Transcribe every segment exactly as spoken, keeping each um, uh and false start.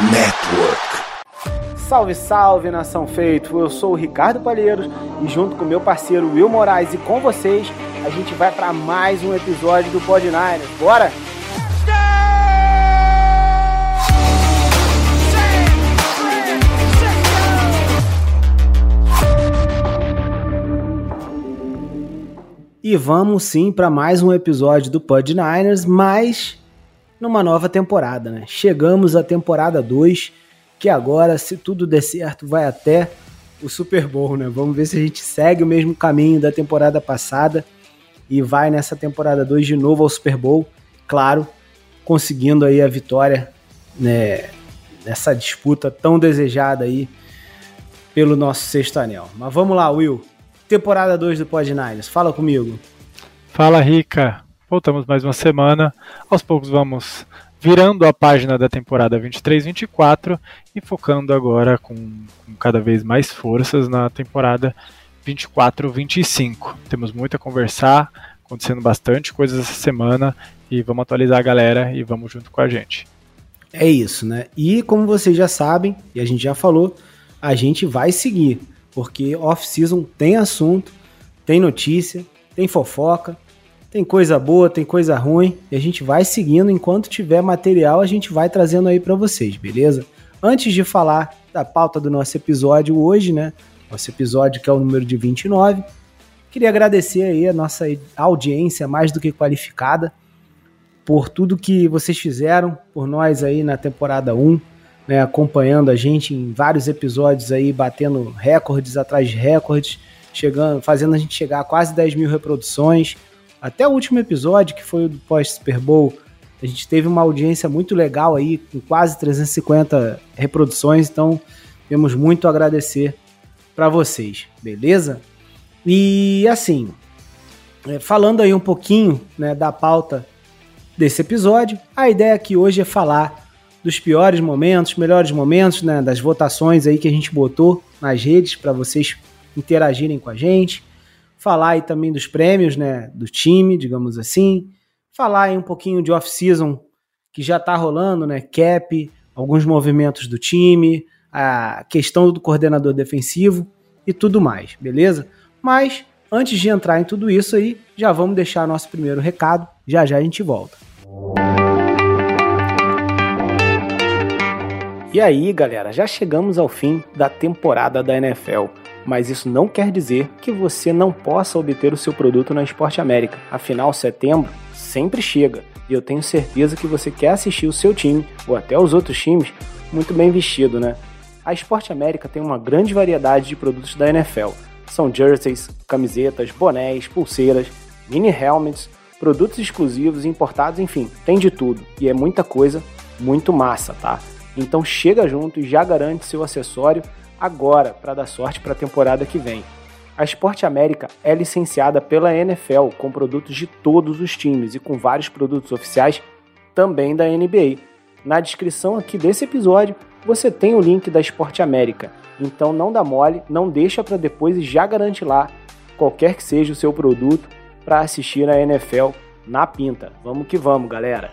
Network. Salve, salve, nação feito! Eu sou o Ricardo Palheiros e junto com meu parceiro Will Moraes e com vocês, a gente vai para mais um episódio do Pod Niners. Bora? E vamos sim para mais um episódio do Pod Niners, mas numa nova temporada, né? Chegamos à temporada dois, que agora, se tudo der certo, vai até o Super Bowl, né? Vamos ver se a gente segue o mesmo caminho da temporada passada e vai nessa temporada dois de novo ao Super Bowl, claro, conseguindo aí a vitória, né, nessa disputa tão desejada aí pelo nosso sexto anel. Mas vamos lá, Will. Temporada dois do Pod Niners, fala comigo. Fala, Rica. Voltamos mais uma semana. Aos poucos vamos virando a página da temporada vinte e três vinte e quatro e focando agora com, com cada vez mais forças na temporada vinte e quatro vinte e cinco. Temos muito a conversar, acontecendo bastante coisas essa semana e vamos atualizar a galera e vamos junto com a gente. É isso, né? E como vocês já sabem, e a gente já falou, a gente vai seguir. Porque off-season tem assunto, tem notícia, tem fofoca, tem coisa boa, tem coisa ruim, e a gente vai seguindo, enquanto tiver material a gente vai trazendo aí para vocês, beleza? Antes de falar da pauta do nosso episódio hoje, né, nosso episódio que é o número de vinte e nove, queria agradecer aí a nossa audiência mais do que qualificada, por tudo que vocês fizeram por nós aí na temporada um, né, acompanhando a gente em vários episódios aí, batendo recordes atrás de recordes, chegando, fazendo a gente chegar a quase dez mil reproduções. Até o último episódio, que foi o do pós-Super Bowl, a gente teve uma audiência muito legal aí, com quase trezentas e cinquenta reproduções, então temos muito a agradecer para vocês, beleza? E assim, falando aí um pouquinho, né, da pauta desse episódio, a ideia aqui hoje é falar dos piores momentos, melhores momentos, né, das votações aí que a gente botou nas redes para vocês interagirem com a gente, falar aí também dos prêmios, né, do time, digamos assim, falar aí um pouquinho de off-season que já tá rolando, né, cap, alguns movimentos do time, a questão do coordenador defensivo e tudo mais, beleza? Mas antes de entrar em tudo isso aí, já vamos deixar nosso primeiro recado, já já a gente volta. E aí, galera, já chegamos ao fim da temporada da N F L, mas isso não quer dizer que você não possa obter o seu produto na Esporte América. Afinal, setembro sempre chega e eu tenho certeza que você quer assistir o seu time, ou até os outros times, muito bem vestido, né? A Esporte América tem uma grande variedade de produtos da N F L. São jerseys, camisetas, bonés, pulseiras, mini helmets, produtos exclusivos, importados, enfim, tem de tudo. E é muita coisa, muito massa, tá? Então chega junto e já garante seu acessório agora para dar sorte para a temporada que vem. A Esporte América é licenciada pela N F L com produtos de todos os times e com vários produtos oficiais também da N B A. Na descrição aqui desse episódio você tem o link da Esporte América, então não dá mole, não deixa para depois e já garante lá qualquer que seja o seu produto para assistir a N F L na pinta. Vamos que vamos, galera!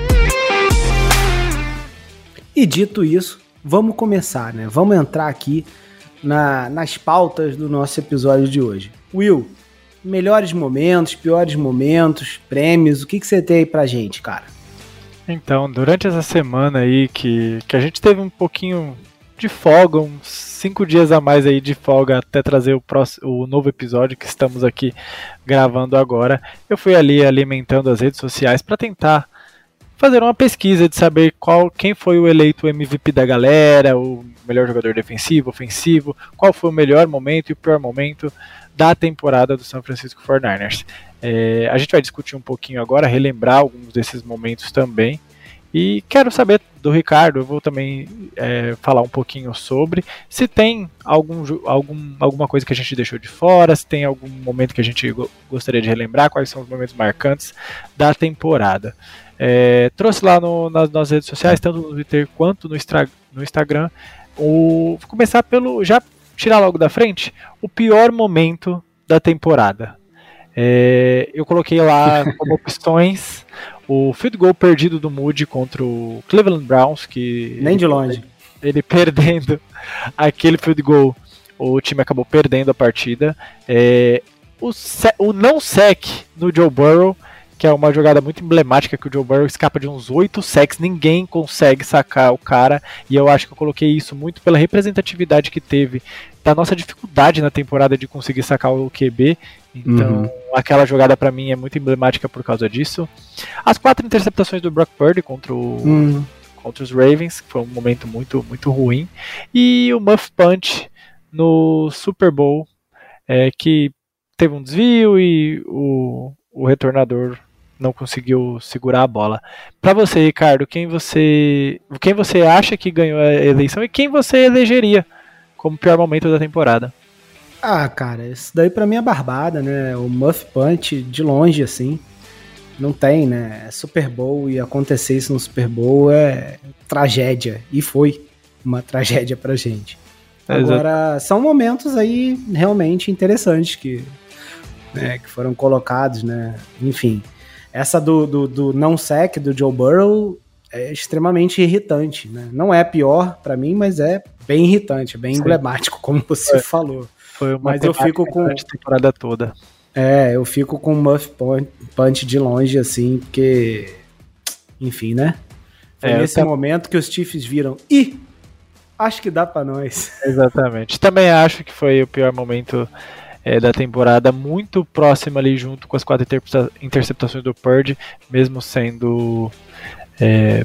E dito isso, vamos começar, né? Vamos entrar aqui na, nas pautas do nosso episódio de hoje. Will, melhores momentos, piores momentos, prêmios, o que, que você tem aí pra gente, cara? Então, durante essa semana aí que, que a gente teve um pouquinho de folga, uns cinco dias a mais aí de folga até trazer o, próximo, o novo episódio que estamos aqui gravando agora, eu fui ali alimentando as redes sociais para tentar fazer uma pesquisa de saber qual, quem foi o eleito M V P da galera, o melhor jogador defensivo, ofensivo, qual foi o melhor momento e o pior momento da temporada do San Francisco forty-niners. É, a gente vai discutir um pouquinho agora, relembrar alguns desses momentos também. E quero saber do Ricardo, eu vou também é, falar um pouquinho sobre se tem algum, algum, alguma coisa que a gente deixou de fora, se tem algum momento que a gente go- gostaria de relembrar, quais são os momentos marcantes da temporada. É, trouxe lá no, nas nossas redes sociais, tanto no Twitter quanto no, extra, no Instagram. O, vou começar pelo, já tirar logo da frente, o pior momento da temporada. É, eu coloquei lá como opções o field goal perdido do Moody contra o Cleveland Browns, que nem de longe. Ele perdendo aquele field goal, o time acabou perdendo a partida. É, o, o não sec no Joe Burrow, que é uma jogada muito emblemática, que o Joe Burrow escapa de uns oito sacks, ninguém consegue sacar o cara, e eu acho que eu coloquei isso muito pela representatividade que teve da nossa dificuldade na temporada de conseguir sacar o Q B, então uhum. aquela jogada pra mim é muito emblemática por causa disso. As quatro interceptações do Brock Purdy contra, o, uhum. contra os Ravens, que foi um momento muito, muito ruim, e o Muff Punch no Super Bowl, é, que teve um desvio e o, o retornador não conseguiu segurar a bola. Para você, Ricardo, quem você, quem você acha que ganhou a eleição e quem você elegeria como pior momento da temporada? Ah, cara, isso daí pra mim é barbada, né? O Muff Punch, de longe, assim, não tem, né? É Super Bowl e acontecer isso no Super Bowl é tragédia. E foi uma tragédia pra gente. Agora, Exato. São momentos aí realmente interessantes que, né, que foram colocados, né? Enfim... Essa do, do, do não sec do Joe Burrow é extremamente irritante, né? Não é pior pra mim, mas é bem irritante, bem Sim. emblemático, como você foi. falou. Foi uma mas eu fico com a temporada toda. É, eu fico com o Muff Punch de longe, assim, porque... Enfim, né? Foi é, nesse tam... momento que os Chiefs viram. Ih, acho que dá pra nós. Exatamente. Também acho que foi o pior momento... É, da temporada, muito próxima ali junto com as quatro intercepta- interceptações do Purdy, mesmo sendo é,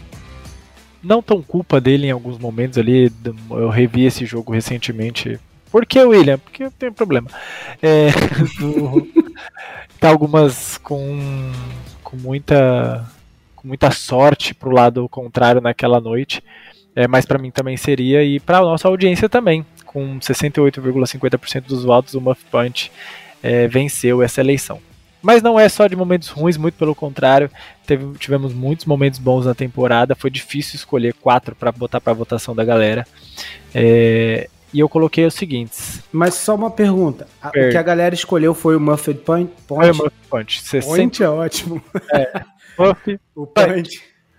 não tão culpa dele em alguns momentos ali. Eu revi esse jogo recentemente. Por que, William? Porque eu tenho problema. É, do, tá algumas com, com muita com muita sorte pro lado contrário naquela noite, é, mas para mim também seria, e para nossa audiência também. Com sessenta e oito vírgula cinquenta por cento dos votos, o Muff Punch é, venceu essa eleição. Mas não é só de momentos ruins, muito pelo contrário, teve, tivemos muitos momentos bons na temporada, foi difícil escolher quatro para botar para a votação da galera. É, e eu coloquei os seguintes. Mas só uma pergunta, a, o que a galera escolheu foi o Muff Punch? Foi o Muff Punch. sessenta... Point é ótimo. É, Muff o Punch.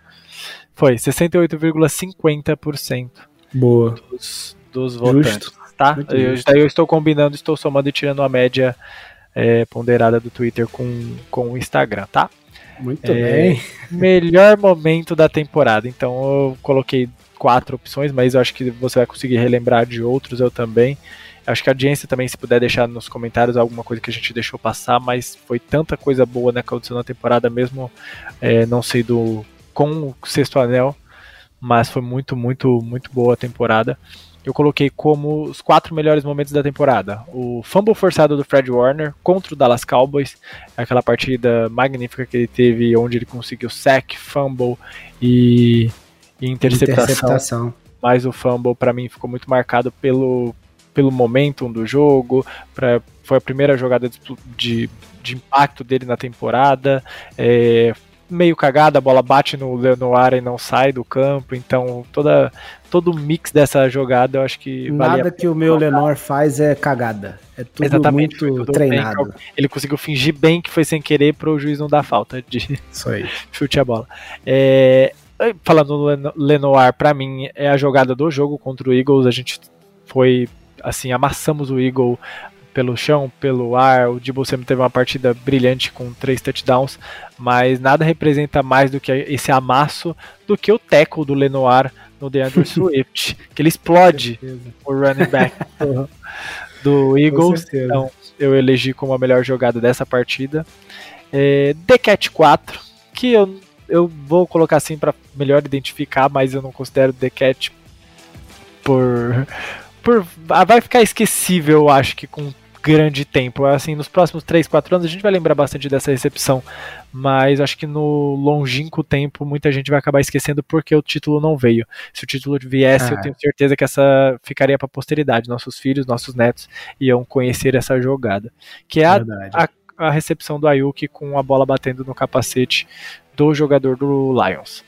Foi sessenta e oito vírgula cinquenta por cento. Boa. Dos, dos votantes, tá? Eu, daí eu estou combinando, estou somando e tirando a média é, ponderada do Twitter com, com o Instagram, tá? Muito é, bem. Melhor momento da temporada. Então eu coloquei quatro opções, mas eu acho que você vai conseguir relembrar de outros, eu também. Acho que a audiência também, se puder deixar nos comentários alguma coisa que a gente deixou passar, mas foi tanta coisa boa, né, que aconteceu na temporada, mesmo é, não sendo com o sexto anel, mas foi muito, muito, muito boa a temporada. Eu coloquei como os quatro melhores momentos da temporada: o fumble forçado do Fred Warner contra o Dallas Cowboys, aquela partida magnífica que ele teve, onde ele conseguiu sack, fumble e, e interceptação. interceptação. Mas o fumble, para mim, ficou muito marcado pelo, pelo momentum do jogo. Pra, foi a primeira jogada de, de, de impacto dele na temporada. É, meio cagada, a bola bate no Lenoir e não sai do campo, então toda, todo o mix dessa jogada eu acho que nada que o meu Lenoir faz é cagada, é tudo Exatamente, muito tudo treinado. Bem, ele conseguiu fingir bem que foi sem querer para o juiz não dar falta de Isso aí. chute a bola. É, falando no Lenoir, para mim é a jogada do jogo contra o Eagles. A gente foi assim, amassamos o Eagle pelo chão, pelo ar. O Deebo Samuel teve uma partida brilhante com três touchdowns, mas nada representa mais do que esse amasso do que o tackle do Lenoir no DeAndre Swift, que ele explode o running back do, do Eagles. Então eu elegi como a melhor jogada dessa partida. É, The Cat quatro, que eu, eu vou colocar assim para melhor identificar, mas eu não considero The Cat por... por vai ficar esquecível, eu acho que com grande tempo. Assim, nos próximos três, quatro anos a gente vai lembrar bastante dessa recepção, mas acho que no longínquo tempo muita gente vai acabar esquecendo porque o título não veio. Se o título viesse, ah. eu tenho certeza que essa ficaria para a posteridade. Nossos filhos, nossos netos iam conhecer essa jogada, que é a, a, a recepção do Ayuk com a bola batendo no capacete do jogador do Lions.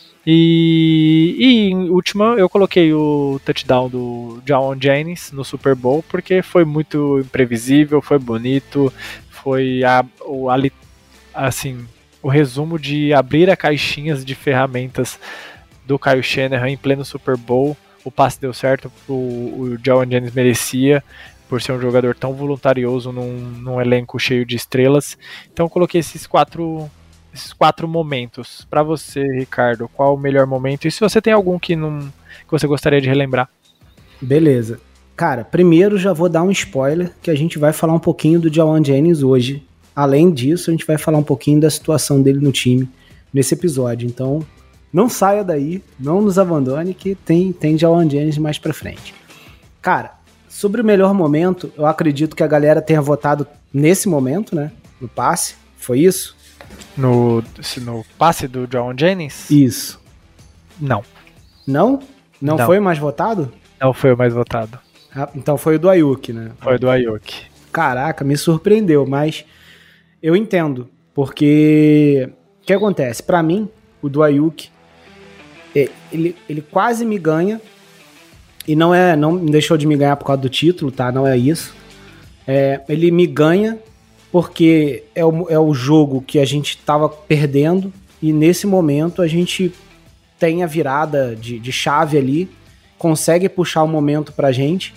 E, e em última eu coloquei o touchdown do Jauan Jennings no Super Bowl, porque foi muito imprevisível, foi bonito, foi a, o, ali, assim, o resumo de abrir a caixinhas de ferramentas do Kyle Shanahan em pleno Super Bowl. O passe deu certo, o, o Jauan Jennings merecia, por ser um jogador tão voluntarioso num, num elenco cheio de estrelas. Então eu coloquei esses quatro, esses quatro momentos. Para você, Ricardo, qual o melhor momento? E se você tem algum que, não, que você gostaria de relembrar? Beleza. Cara, primeiro já vou dar um spoiler, que a gente vai falar um pouquinho do Jauan Jennings hoje. Além disso, a gente vai falar um pouquinho da situação dele no time nesse episódio. Então, não saia daí, não nos abandone, que tem, tem Jauan Jennings mais pra frente. Cara, sobre o melhor momento, eu acredito que a galera tenha votado nesse momento, né? No passe, foi isso? No, no passe do Jauan Jennings? Isso. Não. Não? Não, não foi o mais votado? Não foi o mais votado. Ah, então foi o do Aiyuk, né? Foi o do Aiyuk. Caraca, me surpreendeu, mas eu entendo, porque o que acontece? Pra mim, o do Aiyuk, ele, ele quase me ganha, e não é, não deixou de me ganhar por causa do título, tá? Não é isso. É, ele me ganha porque é o, é o jogo que a gente tava perdendo, e nesse momento a gente tem a virada de, de chave ali, consegue puxar o momento pra gente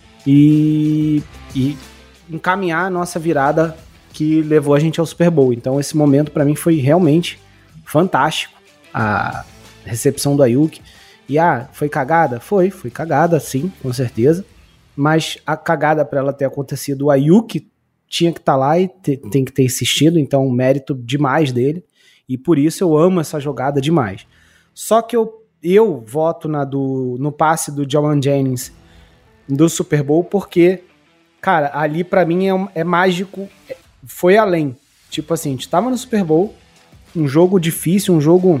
e, e encaminhar a nossa virada que levou a gente ao Super Bowl. Então esse momento pra mim foi realmente fantástico, a recepção do Aiyuk. E ah, foi cagada? Foi, foi cagada, sim, com certeza. Mas a cagada pra ela ter acontecido, o Aiyuk tinha que estar tá lá e te, tem que ter insistido, então mérito demais dele. E por isso eu amo essa jogada demais. Só que eu Eu voto na do, no passe do Jauan Jennings do Super Bowl porque, cara, ali pra mim é, é mágico, é, foi além. Tipo assim, a gente tava no Super Bowl, um jogo difícil, um jogo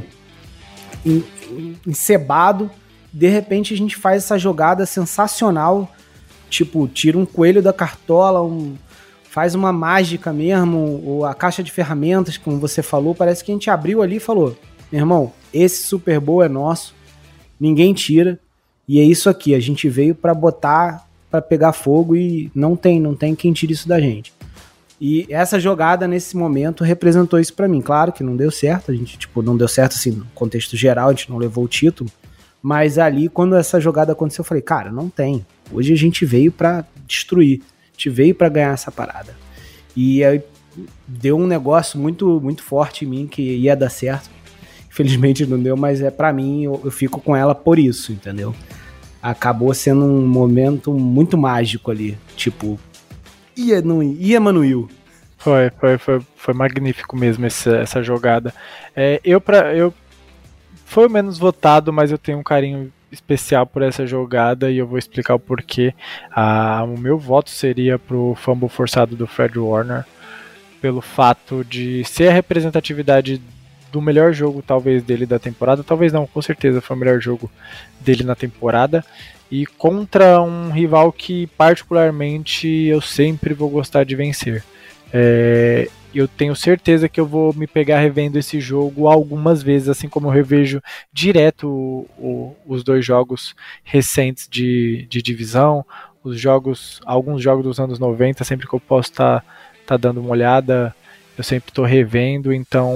en, en, encebado, de repente a gente faz essa jogada sensacional, tipo, tira um coelho da cartola, um, faz uma mágica mesmo, ou a caixa de ferramentas, como você falou, parece que a gente abriu ali e falou, meu irmão, esse Super Bowl é nosso, ninguém tira, e é isso aqui, a gente veio pra botar, pra pegar fogo e não tem, não tem quem tire isso da gente. E essa jogada nesse momento representou isso pra mim. Claro que não deu certo, a gente tipo, não deu certo assim, no contexto geral, a gente não levou o título, mas ali quando essa jogada aconteceu eu falei, cara, não tem, hoje a gente veio pra destruir, a gente veio pra ganhar essa parada. E aí deu um negócio muito, muito forte em mim que ia dar certo. Infelizmente não deu, mas é pra mim, eu, eu fico com ela por isso, entendeu? Acabou sendo um momento muito mágico ali, tipo, ia, não ia, ia Manuel. Foi, foi, foi, foi magnífico mesmo essa, essa jogada. É, eu, pra, eu foi o menos votado, mas eu tenho um carinho especial por essa jogada e eu vou explicar o porquê. Ah, o meu voto seria pro fumble forçado do Fred Warner, pelo fato de ser a representatividade do melhor jogo talvez dele da temporada, talvez não, com certeza foi o melhor jogo dele na temporada, e contra um rival que particularmente eu sempre vou gostar de vencer. É, eu tenho certeza que eu vou me pegar revendo esse jogo algumas vezes, assim como eu revejo direto o, o, os dois jogos recentes de, de divisão, os jogos, alguns jogos dos anos noventa, sempre que eu posso estar tá, tá dando uma olhada, eu sempre estou revendo, então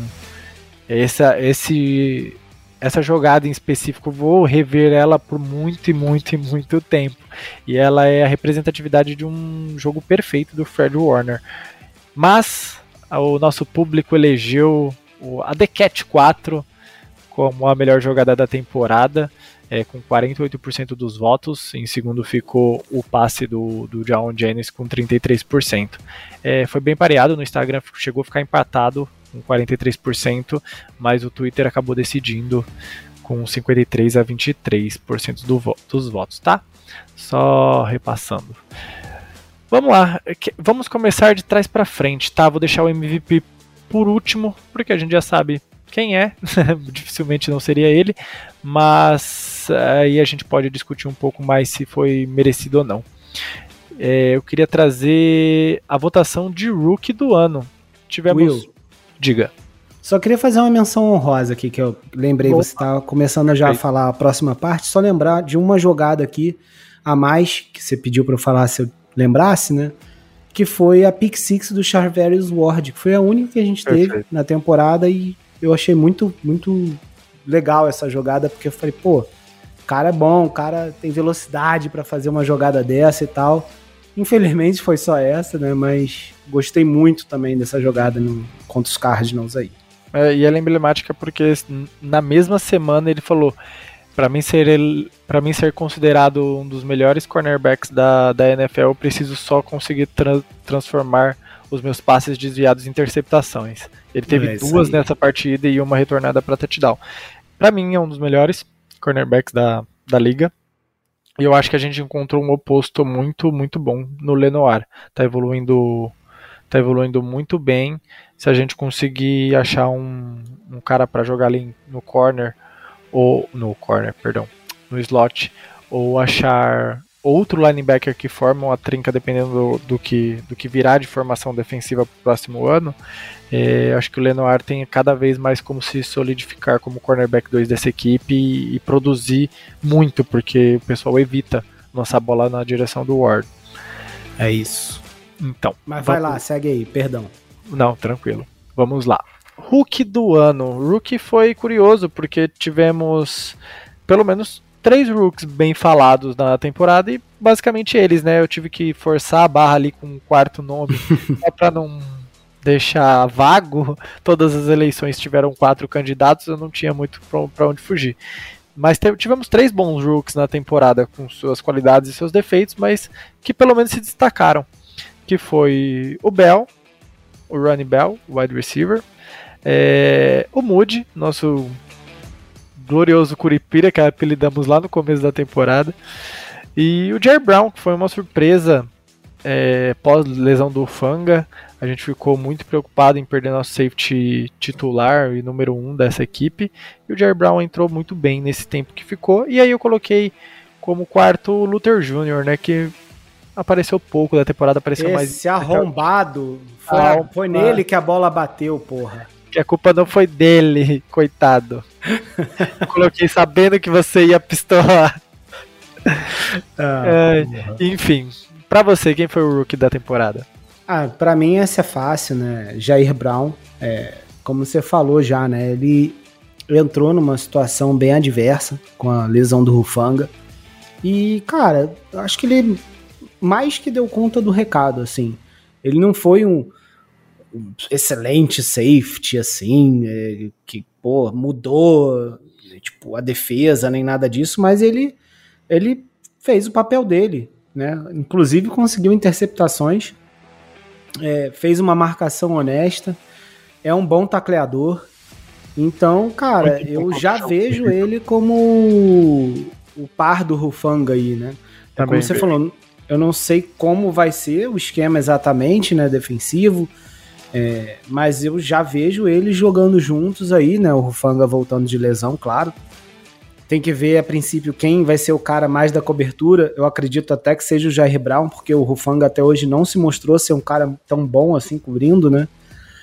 essa, esse, essa jogada em específico, vou rever ela por muito e muito e muito tempo, e ela é a representatividade de um jogo perfeito do Fred Warner. Mas o nosso público elegeu a The Cat quatro como a melhor jogada da temporada, é, com quarenta e oito por cento dos votos. Em segundo ficou o passe do, do Jauan Jennings com trinta e três por cento. É, foi bem pareado, no Instagram chegou a ficar empatado com quarenta e três por cento, mas o Twitter acabou decidindo com cinquenta e três a vinte e três por cento do vo- dos votos, tá? Só repassando. Vamos lá, vamos começar de trás para frente, tá? Vou deixar o M V P por último, porque a gente já sabe quem é, dificilmente não seria ele, mas aí a gente pode discutir um pouco mais se foi merecido ou não. É, eu queria trazer a votação de Rookie do ano. Tivemos... Will, diga. Só queria fazer uma menção honrosa aqui, que eu lembrei, Boa. Você estava começando já a falar a próxima parte, só lembrar de uma jogada aqui a mais, que você pediu para eu falar se eu lembrasse, né? que foi a pick six do Charvarius Ward, que foi a única que a gente teve Perfeito. na temporada, e eu achei muito, muito legal essa jogada, porque eu falei, pô, o cara é bom, o cara tem velocidade pra fazer uma jogada dessa e tal. Infelizmente foi só essa, né, mas gostei muito também dessa jogada no, contra os Cardinals aí. É, e ela é emblemática porque na mesma semana ele falou, para mim ser ele, para mim ser considerado um dos melhores cornerbacks da, da N F L, eu preciso só conseguir tra- transformar os meus passes desviados em interceptações. Ele teve é duas aí. nessa partida e uma retornada para touchdown. Para mim é um dos melhores cornerbacks da, da liga. E eu acho que a gente encontrou um oposto muito, muito bom no Lenoir. Tá evoluindo, tá evoluindo muito bem. Se a gente conseguir achar um, um cara para jogar ali no corner, ou no corner, perdão, no slot, ou achar outro linebacker que forma uma trinca, dependendo do, do, que, do que virá de formação defensiva para o próximo ano, é, acho que o Lenoir tem cada vez mais como se solidificar como cornerback dois dessa equipe e, e produzir muito, porque o pessoal evita lançar a bola na direção do Ward. É isso. Então, mas vai vamos... lá, segue aí, perdão. Não, tranquilo. Vamos lá. Rookie do ano. Rookie foi curioso, porque tivemos pelo menos três rookies bem falados na temporada e basicamente eles, né? Eu tive que forçar a barra ali com um quarto nome só para não deixar vago. Todas as eleições tiveram quatro candidatos, eu não tinha muito para onde fugir. Mas tivemos três bons rookies na temporada, com suas qualidades e seus defeitos, mas que pelo menos se destacaram. Que foi o Bell, o Ronnie Bell, wide receiver, é, o Moody, nosso glorioso Curipira, que apelidamos lá no começo da temporada, e o Jerry Brown, que foi uma surpresa é, pós-lesão do Fanga. A gente ficou muito preocupado em perder nosso safety titular e número um dessa equipe, e o Jerry Brown entrou muito bem nesse tempo que ficou, e aí eu coloquei como quarto o Luther Júnior, né, que apareceu pouco da temporada, apareceu Esse mais... Esse arrombado, foi, ah, foi nele que a bola bateu, porra. Que a culpa não foi dele, coitado. Eu coloquei sabendo que você ia pistolar. Ah, é, enfim, pra você, quem foi o rookie da temporada? Ah, pra mim essa é fácil, né? Jair Brown, é, como você falou já, né? Ele entrou numa situação bem adversa com a lesão do Hufanga. E, cara, eu acho que ele mais que deu conta do recado, assim. Ele não foi um, um excelente safety, assim, é, que, pô, mudou, tipo, a defesa, nem nada disso, mas ele, ele fez o papel dele, né? Inclusive conseguiu interceptações, é, fez uma marcação honesta, é um bom tacleador. Então, cara, muito eu já vejo ele como o par do Hufanga aí, né? Também como você vejo. falou, eu não sei como vai ser o esquema exatamente, né, defensivo, é, mas eu já vejo eles jogando juntos aí, né, o Hufanga voltando de lesão, claro. Tem que ver, a princípio, quem vai ser o cara mais da cobertura. Eu acredito até que seja o Jair Brown, porque o Hufanga até hoje não se mostrou ser um cara tão bom assim, cobrindo, né.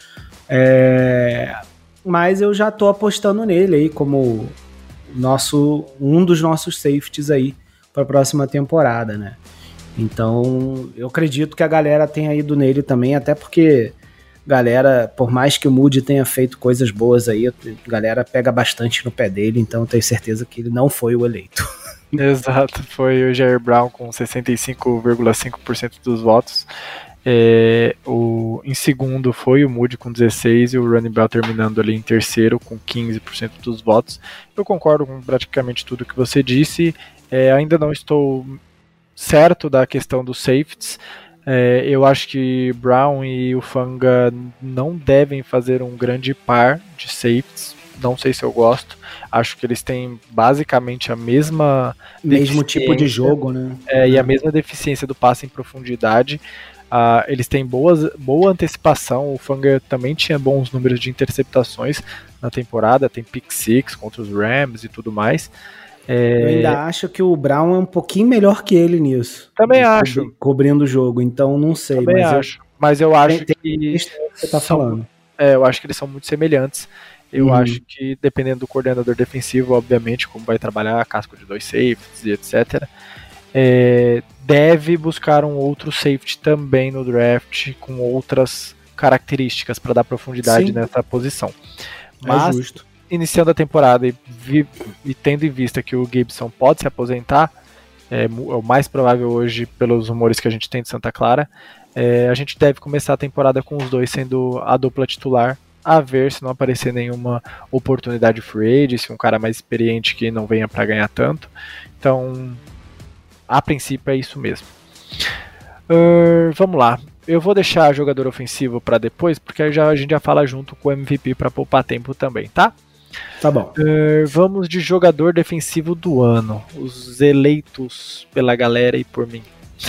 É, mas eu já tô apostando nele aí como nosso, um dos nossos safeties aí para a próxima temporada, né. Então, eu acredito que a galera tenha ido nele também, até porque, galera, por mais que o Moody tenha feito coisas boas aí, a galera pega bastante no pé dele, então eu tenho certeza que ele não foi o eleito. Exato, foi o Jair Brown com sessenta e cinco vírgula cinco por cento dos votos. É, o, em segundo foi o Moody com dezesseis e o Ronnie Bell terminando ali em terceiro com quinze por cento dos votos. Eu concordo com praticamente tudo que você disse, é, ainda não estou certo da questão dos safeties. É, eu acho que Brown e o Fanga não devem fazer um grande par de safeties. Não sei se eu gosto. Acho que eles têm basicamente a mesma mesmo tipo de jogo, né? É, e a mesma deficiência do passe em profundidade. Uh, eles têm boas, boa antecipação. O Fanga também tinha bons números de interceptações na temporada. Tem pick six contra os Rams e tudo mais. É... Eu ainda acho que o Brown é um pouquinho melhor que ele nisso. Também acho. Co- cobrindo o jogo, então não sei. Também mas acho. Eu... Mas eu acho tem, que... Tem que você tá são... falando. É, eu acho que eles são muito semelhantes. Eu uhum. acho que, dependendo do coordenador defensivo, obviamente, como vai trabalhar, casco de dois safeties e etcétera. é, deve buscar um outro safety também no draft, com outras características para dar profundidade Sim. nessa posição. Mas, é justo. Iniciando a temporada e, vi, e tendo em vista que o Gibson pode se aposentar, é, é o mais provável hoje, pelos rumores que a gente tem de Santa Clara, é, a gente deve começar a temporada com os dois sendo a dupla titular, a ver se não aparecer nenhuma oportunidade free agent, um cara mais experiente que não venha para ganhar tanto. Então, a princípio é isso mesmo. Uh, vamos lá. Eu vou deixar jogador ofensivo para depois, porque aí já, a gente já fala junto com o M V P para poupar tempo também, tá? Tá bom. Uh, vamos de jogador defensivo do ano. Os eleitos pela galera e por mim.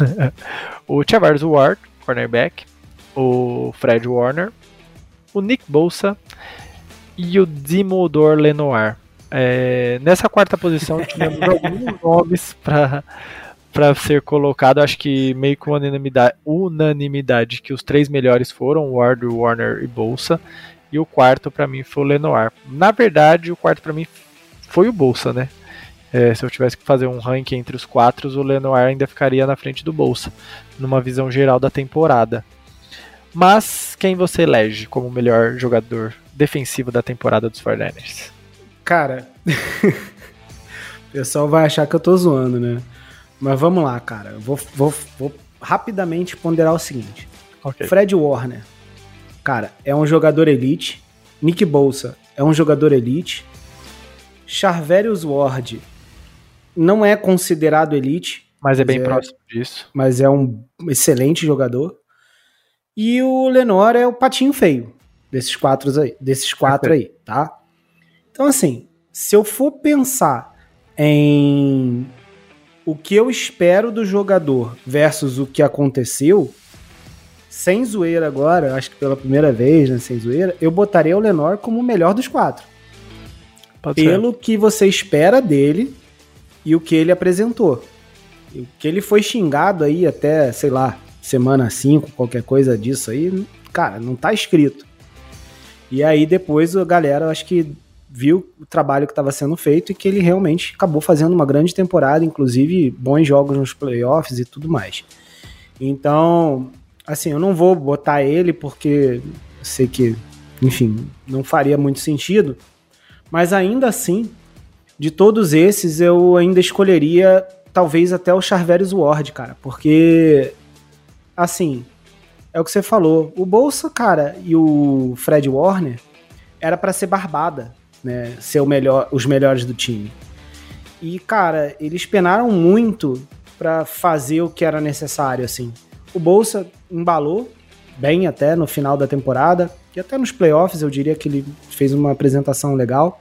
O Charvarius Ward, cornerback. O Fred Warner. O Nick Bosa. E o Dimodor Lenoir. É, nessa quarta posição tínhamos alguns nomes para para ser colocado. Acho que meio com unanimidade, unanimidade que os três melhores foram Ward, Warner e Bosa. E o quarto para mim foi o Lenoir. Na verdade, o quarto para mim foi o Bosa, né? É, se eu tivesse que fazer um ranking entre os quatro, o Lenoir ainda ficaria na frente do Bosa, numa visão geral da temporada. Mas quem você elege como melhor jogador defensivo da temporada dos forty-niners? Cara, o pessoal vai achar que eu tô zoando, né? Mas vamos lá, cara. Eu vou, vou, vou rapidamente ponderar o seguinte. Okay. Fred Warner, cara, é um jogador elite. Nick Bosa é um jogador elite. Charvarius Ward não é considerado elite. Mas é bem é, próximo disso. Mas é um excelente jogador. E o Lenoir é o patinho feio desses quatro aí, desses quatro okay. aí, tá? Então, assim, se eu for pensar em o que eu espero do jogador versus o que aconteceu, sem zoeira agora, acho que pela primeira vez, né, sem zoeira, eu botaria o Lenoir como o melhor dos quatro. Pode pelo ser. Que você espera dele e o que ele apresentou. O que ele foi xingado aí até, sei lá, semana cinco, qualquer coisa disso aí, cara, não tá escrito. E aí depois a galera, acho que viu o trabalho que estava sendo feito e que ele realmente acabou fazendo uma grande temporada, inclusive bons jogos nos playoffs e tudo mais. Então, assim, eu não vou botar ele porque eu sei que, enfim, não faria muito sentido, mas ainda assim, de todos esses, eu ainda escolheria talvez até o Charvarius Ward, cara, porque, assim, é o que você falou, o Bosa, cara, e o Fred Warner era para ser barbada, né, ser o melhor, os melhores do time. E, cara, eles penaram muito para fazer o que era necessário, assim. O Bosa embalou bem até no final da temporada, e até nos playoffs eu diria que ele fez uma apresentação legal.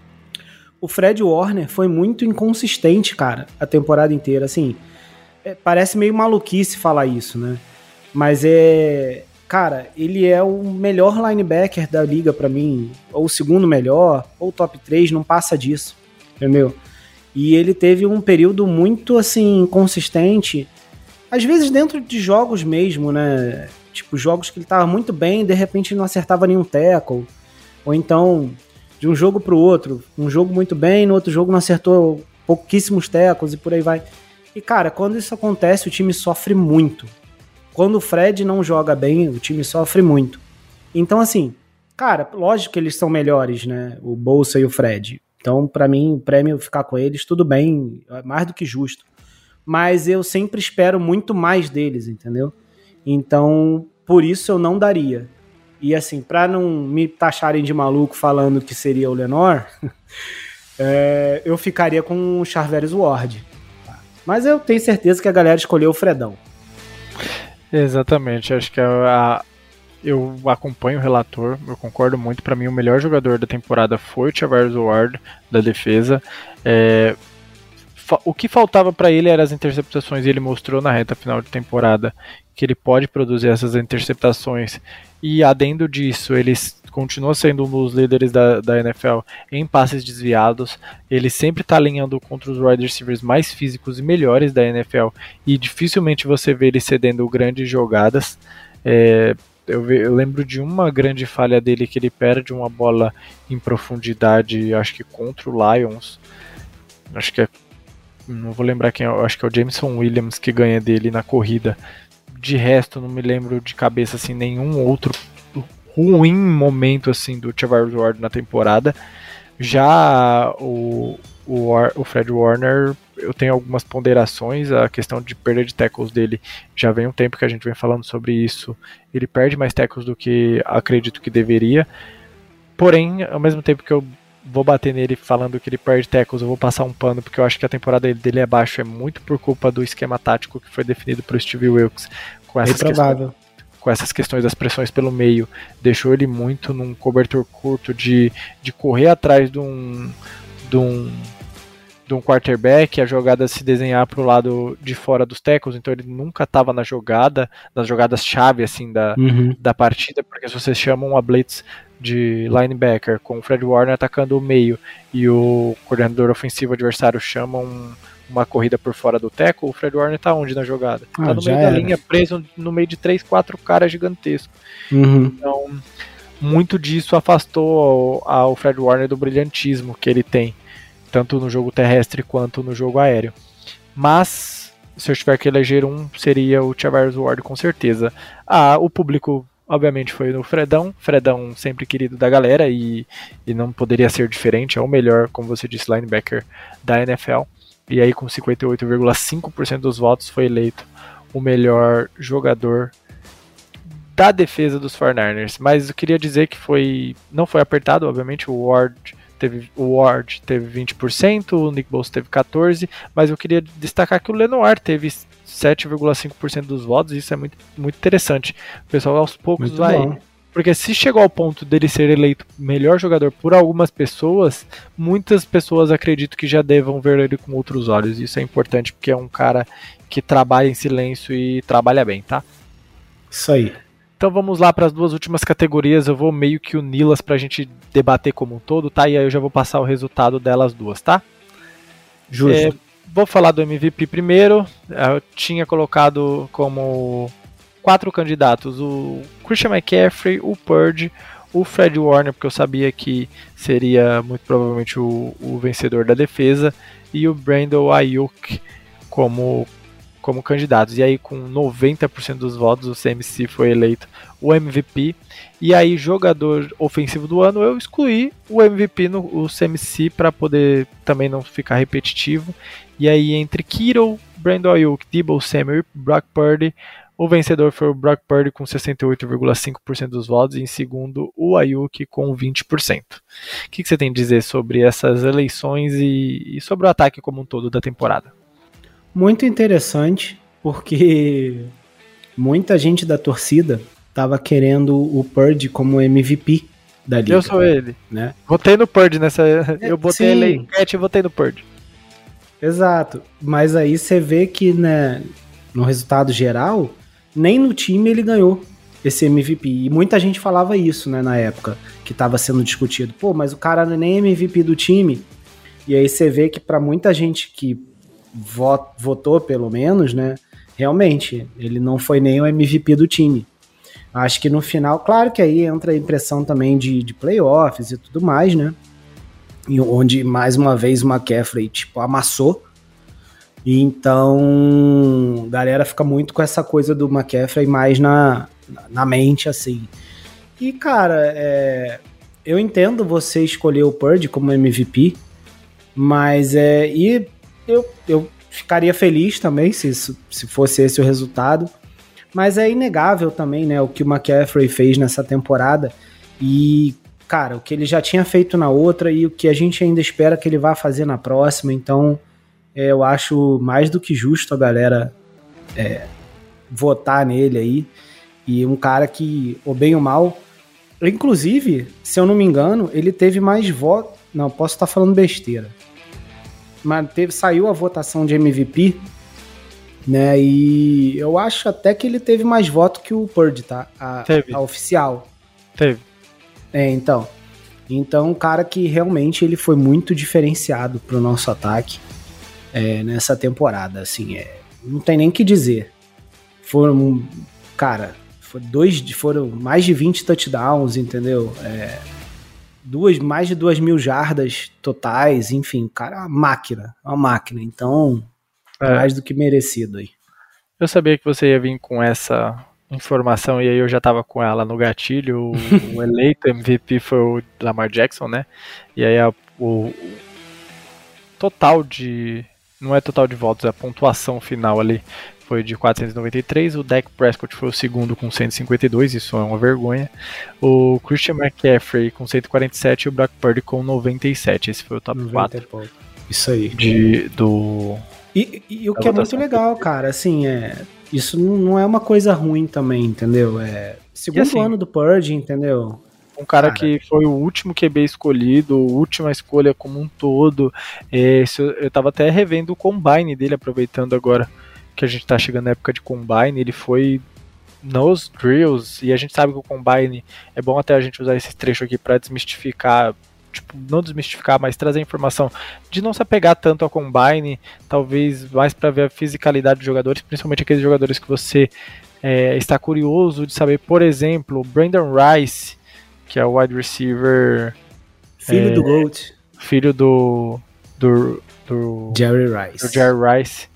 O Fred Warner foi muito inconsistente, cara, a temporada inteira, assim, é, parece meio maluquice falar isso, né, mas é... Cara, ele é o melhor linebacker da liga pra mim, ou o segundo melhor, ou top três, não passa disso, entendeu? E ele teve um período muito, assim, consistente, às vezes dentro de jogos mesmo, né? Tipo, jogos que ele tava muito bem e de repente não acertava nenhum tackle, ou então, de um jogo pro outro, um jogo muito bem, no outro jogo não acertou pouquíssimos tackles e por aí vai. E, cara, quando isso acontece, o time sofre muito. Quando o Fred não joga bem, o time sofre muito. Então, assim, cara, lógico que eles são melhores, né? O Bosa e o Fred. Então, pra mim, o prêmio ficar com eles, tudo bem, é mais do que justo. Mas eu sempre espero muito mais deles, entendeu? Então, por isso eu não daria. E, assim, pra não me taxarem de maluco falando que seria o Lenoir, é, eu ficaria com o Charvarius Ward. Mas eu tenho certeza que a galera escolheu o Fredão. Exatamente, acho que a, a, eu acompanho o relator, eu concordo muito. Para mim o melhor jogador da temporada foi o Charvarius Ward da defesa. É, fa, o que faltava para ele eram as interceptações, e ele mostrou na reta final de temporada que ele pode produzir essas interceptações, e adendo disso, ele continua sendo um dos líderes da, da N F L em passes desviados. Ele sempre está alinhando contra os wide receivers mais físicos e melhores da N F L, e dificilmente você vê ele cedendo grandes jogadas. É, eu, ve, eu lembro de uma grande falha dele, que ele perde uma bola em profundidade, acho que contra o Lions, acho que é não vou lembrar quem é, eu acho que é o Jameson Williams que ganha dele na corrida. De resto, não me lembro de cabeça assim nenhum outro ruim momento assim do Charvarius Ward na temporada. Já o, o, o Fred Warner, eu tenho algumas ponderações. A questão de perda de tackles dele já vem um tempo que a gente vem falando sobre isso. Ele perde mais tackles do que acredito que deveria. Porém, ao mesmo tempo que eu vou bater nele falando que ele perde tackles, eu vou passar um pano, porque eu acho que a temporada dele é baixa, é muito por culpa do esquema tático que foi definido por Steve Wilkes, com essas, questões, com essas questões das pressões pelo meio, deixou ele muito num cobertor curto de, de correr atrás de um, de um de um quarterback, a jogada se desenhar para o lado de fora dos tackles, então ele nunca estava na jogada, nas jogadas-chave assim, da, uhum. da partida, porque se vocês chamam a blitz de linebacker, com o Fred Warner atacando o meio e o coordenador ofensivo adversário chama um, uma corrida por fora do tackle, o Fred Warner tá onde na jogada? Ah, tá no meio era. da linha, preso no meio de três, quatro caras gigantescos. Uhum. Então, muito disso afastou ao Fred Warner do brilhantismo que ele tem, tanto no jogo terrestre quanto no jogo aéreo. Mas, se eu tiver que eleger um, seria o Charvarius Ward, com certeza. Ah, o público obviamente foi no Fredão, Fredão sempre querido da galera e, e não poderia ser diferente, é o melhor, como você disse, linebacker da N F L, e aí com cinquenta e oito vírgula cinco por cento dos votos foi eleito o melhor jogador da defesa dos forty-niners, mas eu queria dizer que foi, não foi apertado, obviamente, o Ward teve, o Ward teve vinte por cento, o Nick Bosa teve quatorze por cento, mas eu queria destacar que o Lenoir teve sete vírgula cinco por cento dos votos, isso é muito, muito interessante. O pessoal aos poucos muito vai... Bom. Porque se chegou ao ponto dele ser eleito melhor jogador por algumas pessoas, muitas pessoas acredito que já devam ver ele com outros olhos. Isso é importante porque é um cara que trabalha em silêncio e trabalha bem, tá? Isso aí. Então vamos lá para as duas últimas categorias, eu vou meio que uni-las pra gente debater como um todo, tá? E aí eu já vou passar o resultado delas duas, tá? Justo. É, vou falar do M V P primeiro. Eu tinha colocado como quatro candidatos: o Christian McCaffrey, o Purdy, o Fred Warner, porque eu sabia que seria muito provavelmente o, o vencedor da defesa, e o Brandon Ayuk como, como candidatos. E aí, com noventa por cento dos votos, o C M C foi eleito o M V P. E aí, jogador ofensivo do ano, eu excluí o M V P no o C M C para poder também não ficar repetitivo. E aí, entre Kittle, Brandon Ayuk, Deebo Samuel e Brock Purdy, o vencedor foi o Brock Purdy com sessenta e oito vírgula cinco por cento dos votos, e em segundo o Ayuk com vinte por cento. O que, que você tem a dizer sobre essas eleições e, e sobre o ataque como um todo da temporada? Muito interessante, porque muita gente da torcida estava querendo o Purdy como M V P da liga. Eu sou ele. Né? Votei no Purdy nessa... É, eu botei ele em enquete e votei no Purdy. Exato. Mas aí você vê que, né, no resultado geral, nem no time ele ganhou esse M V P. E muita gente falava isso, né, na época que estava sendo discutido. Pô, mas o cara não é nem M V P do time. E aí você vê que para muita gente que votou, pelo menos, né, realmente, ele não foi nem o M V P do time. Acho que no final, claro que aí entra a impressão também de, de playoffs e tudo mais, né, e onde, mais uma vez, o McCaffrey, tipo, amassou. E então, a galera fica muito com essa coisa do McCaffrey mais na, na mente, assim. E, cara, é, eu entendo você escolher o Purdy como M V P, mas é, e eu, eu ficaria feliz também se, se fosse esse o resultado, mas é inegável também, né, o que o McCaffrey fez nessa temporada e, cara, o que ele já tinha feito na outra e o que a gente ainda espera que ele vá fazer na próxima. Então é, eu acho mais do que justo a galera é, votar nele aí, e um cara que, ou bem ou mal, inclusive, se eu não me engano, ele teve mais votos, não, posso estar falando besteira, mas teve, saiu a votação de M V P, né, e eu acho até que ele teve mais votos que o Purdy, tá? A, a oficial. Teve. É, então. Então, um cara que realmente ele foi muito diferenciado pro nosso ataque é, nessa temporada, assim, é, não tem nem o que dizer. Foram, cara, foram, dois, foram mais de vinte touchdowns, entendeu? É, duas, mais de duas mil jardas totais, enfim, cara, é uma máquina, uma máquina, então é. mais do que merecido aí. Eu sabia que você ia vir com essa informação e aí eu já tava com ela no gatilho. O, o eleito M V P foi o Lamar Jackson, né? E aí a, o, o total de... não é total de votos, é a pontuação final ali foi de quatrocentos e noventa e três, o Dak Prescott foi o segundo com cento e cinquenta e dois, isso é uma vergonha. O Christian McCaffrey com cento e quarenta e sete e o Brock Purdy com noventa e sete, esse foi o top quatro. Isso aí. De, do, e, e o que é muito legal, cara, assim, é, isso não é uma coisa ruim também, entendeu? É segundo assim, ano do Purdy, entendeu? Um cara, cara que foi o último Q B escolhido, última escolha como um todo. É, eu tava até revendo o combine dele, aproveitando agora que a gente tá chegando na época de combine. Ele foi nos drills, e a gente sabe que o combine é bom até a gente usar esse trecho aqui para desmistificar, tipo, não desmistificar, mas trazer informação de não se apegar tanto ao combine, talvez mais para ver a fisicalidade dos jogadores, principalmente aqueles jogadores que você é, está curioso de saber. Por exemplo, Brandon Rice, que é o wide receiver, filho é, do GOAT, filho do do, do Jerry Rice, do Jerry Rice.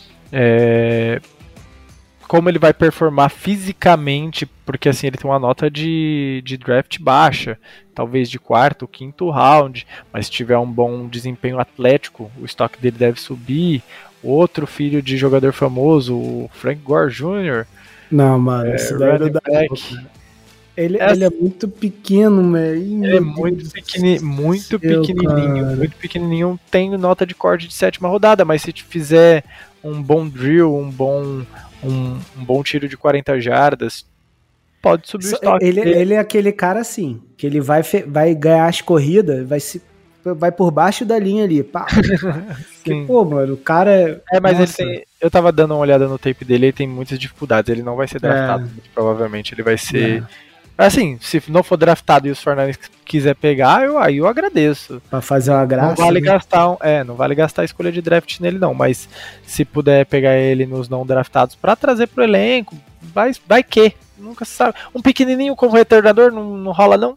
É, como ele vai performar fisicamente, porque assim, ele tem uma nota de, de draft baixa, talvez de quarto, quinto round, mas se tiver um bom desempenho atlético, o estoque dele deve subir. Outro filho de jogador famoso, o Frank Gore Júnior Não, mano, é, isso daí não dá. Ele é, ele é muito pequeno, velho. Ele é muito, pequeni, muito pequenininho, cara. muito pequenininho. Tem nota de corte de sétima rodada, mas se te fizer um bom drill, um bom, um, um bom tiro de quarenta jardas, pode subir o estoque. Ele, ele é aquele cara assim, que ele vai, vai ganhar as corridas, vai se vai por baixo da linha ali, pá. Porque, pô, mano, o cara... É, mas nossa. ele tem... Eu tava dando uma olhada no tape dele, ele tem muitas dificuldades, ele não vai ser draftado, é. provavelmente, ele vai ser... É. Assim, se não for draftado e os Fortnite quiser pegar, eu, aí eu agradeço. Pra fazer uma graça. Não vale né? gastar, um, é, não vale gastar a escolha de draft nele não, mas se puder pegar ele nos não draftados pra trazer pro elenco, vai, vai que, nunca se sabe. Um pequenininho como retornador não, não rola não?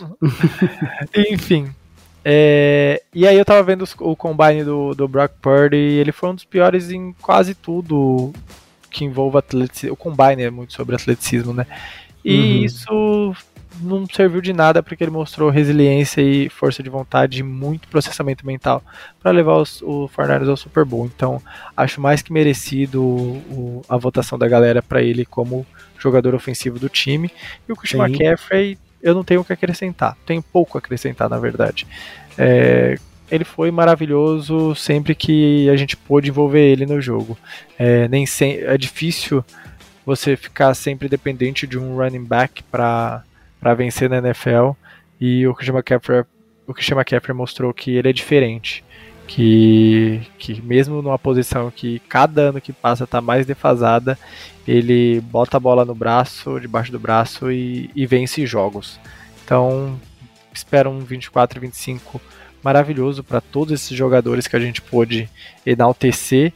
Enfim. É, e aí eu tava vendo os, o combine do, do Brock Purdy, e ele foi um dos piores em quase tudo que envolve atleticismo. O combine é muito sobre atleticismo, né? E uhum. isso não serviu de nada, porque ele mostrou resiliência e força de vontade e muito processamento mental para levar os, o forty-niners ao Super Bowl. Então acho mais que merecido o, a votação da galera para ele como jogador ofensivo do time. E o Christian McCaffrey, eu não tenho o que acrescentar, tenho pouco a acrescentar, na verdade. É, ele foi maravilhoso sempre que a gente pôde envolver ele no jogo. É, nem sem, é difícil você ficar sempre dependente de um running back para vencer na N F L, e o Christian McCaffrey, o Christian McCaffrey mostrou que ele é diferente, que, que mesmo numa posição que cada ano que passa está mais defasada, ele bota a bola no braço, debaixo do braço e, e vence jogos. Então espero um vinte e quatro, vinte e cinco maravilhoso para todos esses jogadores que a gente pôde enaltecer,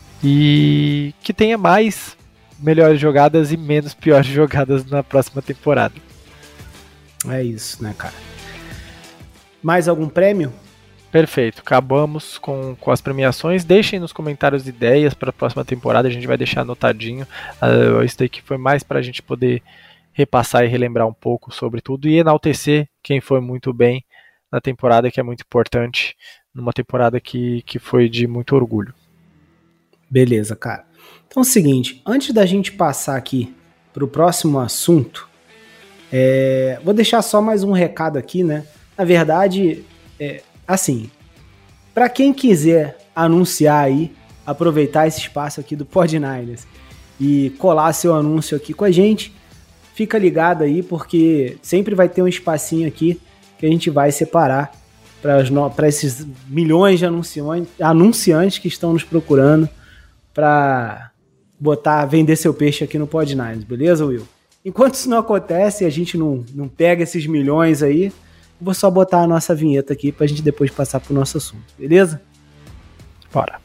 e que tenha mais melhores jogadas e menos piores jogadas na próxima temporada. É isso, né, cara? Mais algum prêmio? Perfeito, acabamos com, com as premiações. Deixem nos comentários ideias para a próxima temporada, a gente vai deixar anotadinho. Uh, isso daqui foi mais para a gente poder repassar e relembrar um pouco sobre tudo e enaltecer quem foi muito bem na temporada, que é muito importante, numa temporada que, que foi de muito orgulho. Beleza, cara. Então é o seguinte, antes da gente passar aqui para o próximo assunto, é, vou deixar só mais um recado aqui, né? Na verdade, é, assim, para quem quiser anunciar aí, aproveitar esse espaço aqui do Podniners e colar seu anúncio aqui com a gente, fica ligado aí, porque sempre vai ter um espacinho aqui que a gente vai separar para esses milhões de anunciantes que estão nos procurando para botar, vender seu peixe aqui no Podniners, beleza, Will? Enquanto isso não acontece e a gente não, não pega esses milhões aí, vou só botar a nossa vinheta aqui pra gente depois passar pro nosso assunto, beleza? Bora.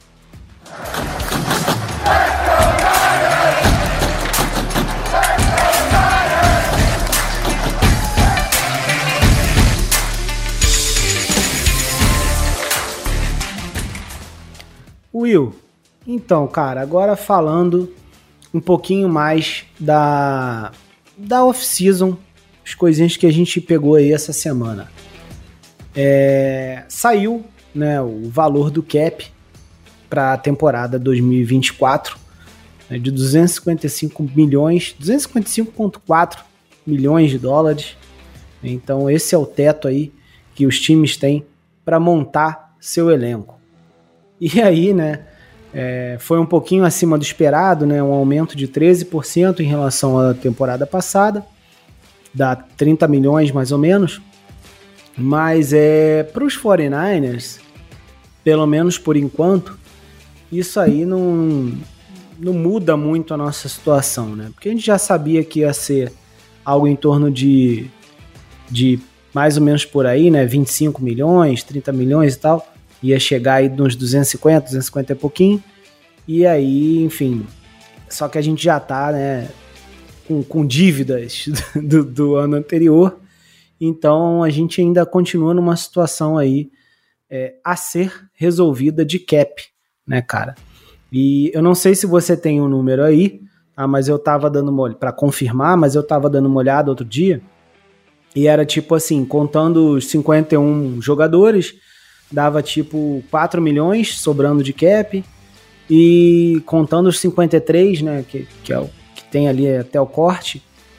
Will, então, cara, agora falando um pouquinho mais da, da off-season, as coisinhas que a gente pegou aí essa semana. É, saiu, né, o valor do cap para a temporada dois mil e vinte e quatro, né, de duzentos e cinquenta e cinco milhões, duzentos e cinquenta e cinco vírgula quatro milhões de dólares. Então esse é o teto aí que os times têm para montar seu elenco. E aí, né, é, foi um pouquinho acima do esperado, né, um aumento de treze por cento em relação à temporada passada, dá trinta milhões mais ou menos, mas é, para os quarenta e nove ers, pelo menos por enquanto, isso aí não, não muda muito a nossa situação, né, porque a gente já sabia que ia ser algo em torno de, de mais ou menos por aí, né, vinte e cinco milhões, trinta milhões e tal, ia chegar aí nos duzentos e cinquenta, duzentos e cinquenta e pouquinho, e aí, enfim, só que a gente já tá, né, com, com dívidas do, do ano anterior, então a gente ainda continua numa situação aí é, a ser resolvida de cap, né, cara? E eu não sei se você tem um número aí, ah, mas eu tava dando uma olhada, pra confirmar, mas eu tava dando uma olhada outro dia, e era tipo assim, contando os cinquenta e um jogadores, dava tipo quatro milhões sobrando de cap, e contando os cinquenta e três, né, que, que é o que tem ali até o corte,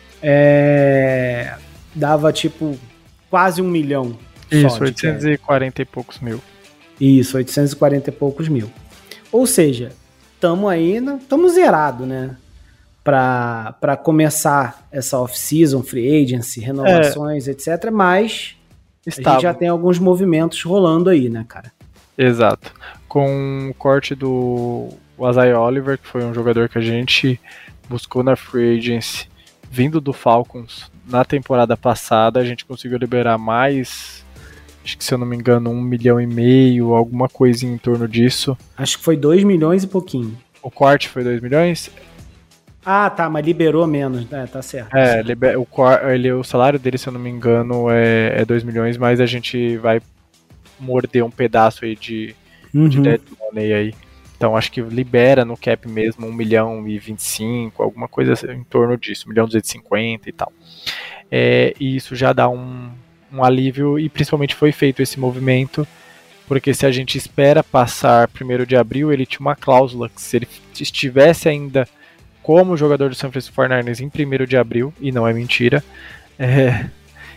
é, dava tipo quase um milhão. Isso, oitocentos e quarenta e poucos mil. Isso, oitocentos e quarenta e poucos mil. Ou seja, estamos aí, estamos zerado, né, para começar essa off-season, free agency, renovações, é, etcétera, mas estava. A gente já tem alguns movimentos rolando aí, né, cara? Exato. Com o corte do Isaiah Oliver, que foi um jogador que a gente buscou na free agency, vindo do Falcons na temporada passada, a gente conseguiu liberar mais, acho que se eu não me engano, um milhão e meio, alguma coisinha em torno disso. Acho que foi dois milhões e pouquinho. O corte foi dois milhões? Ah, tá, mas liberou menos, né? Tá certo. É, liber, o, ele, o salário dele, se eu não me engano, é, é dois milhões, mas a gente vai morder um pedaço aí de, uhum. de dead money aí. Então acho que libera no cap mesmo um milhão e vinte e cinco, alguma coisa em torno disso, um milhão e duzentos e cinquenta e tal. É, e isso já dá um, um alívio, e principalmente foi feito esse movimento, porque se a gente espera passar primeiro de abril, ele tinha uma cláusula que se ele estivesse ainda como jogador do San Francisco forty-niners ers em primeiro de abril, e não é mentira, é,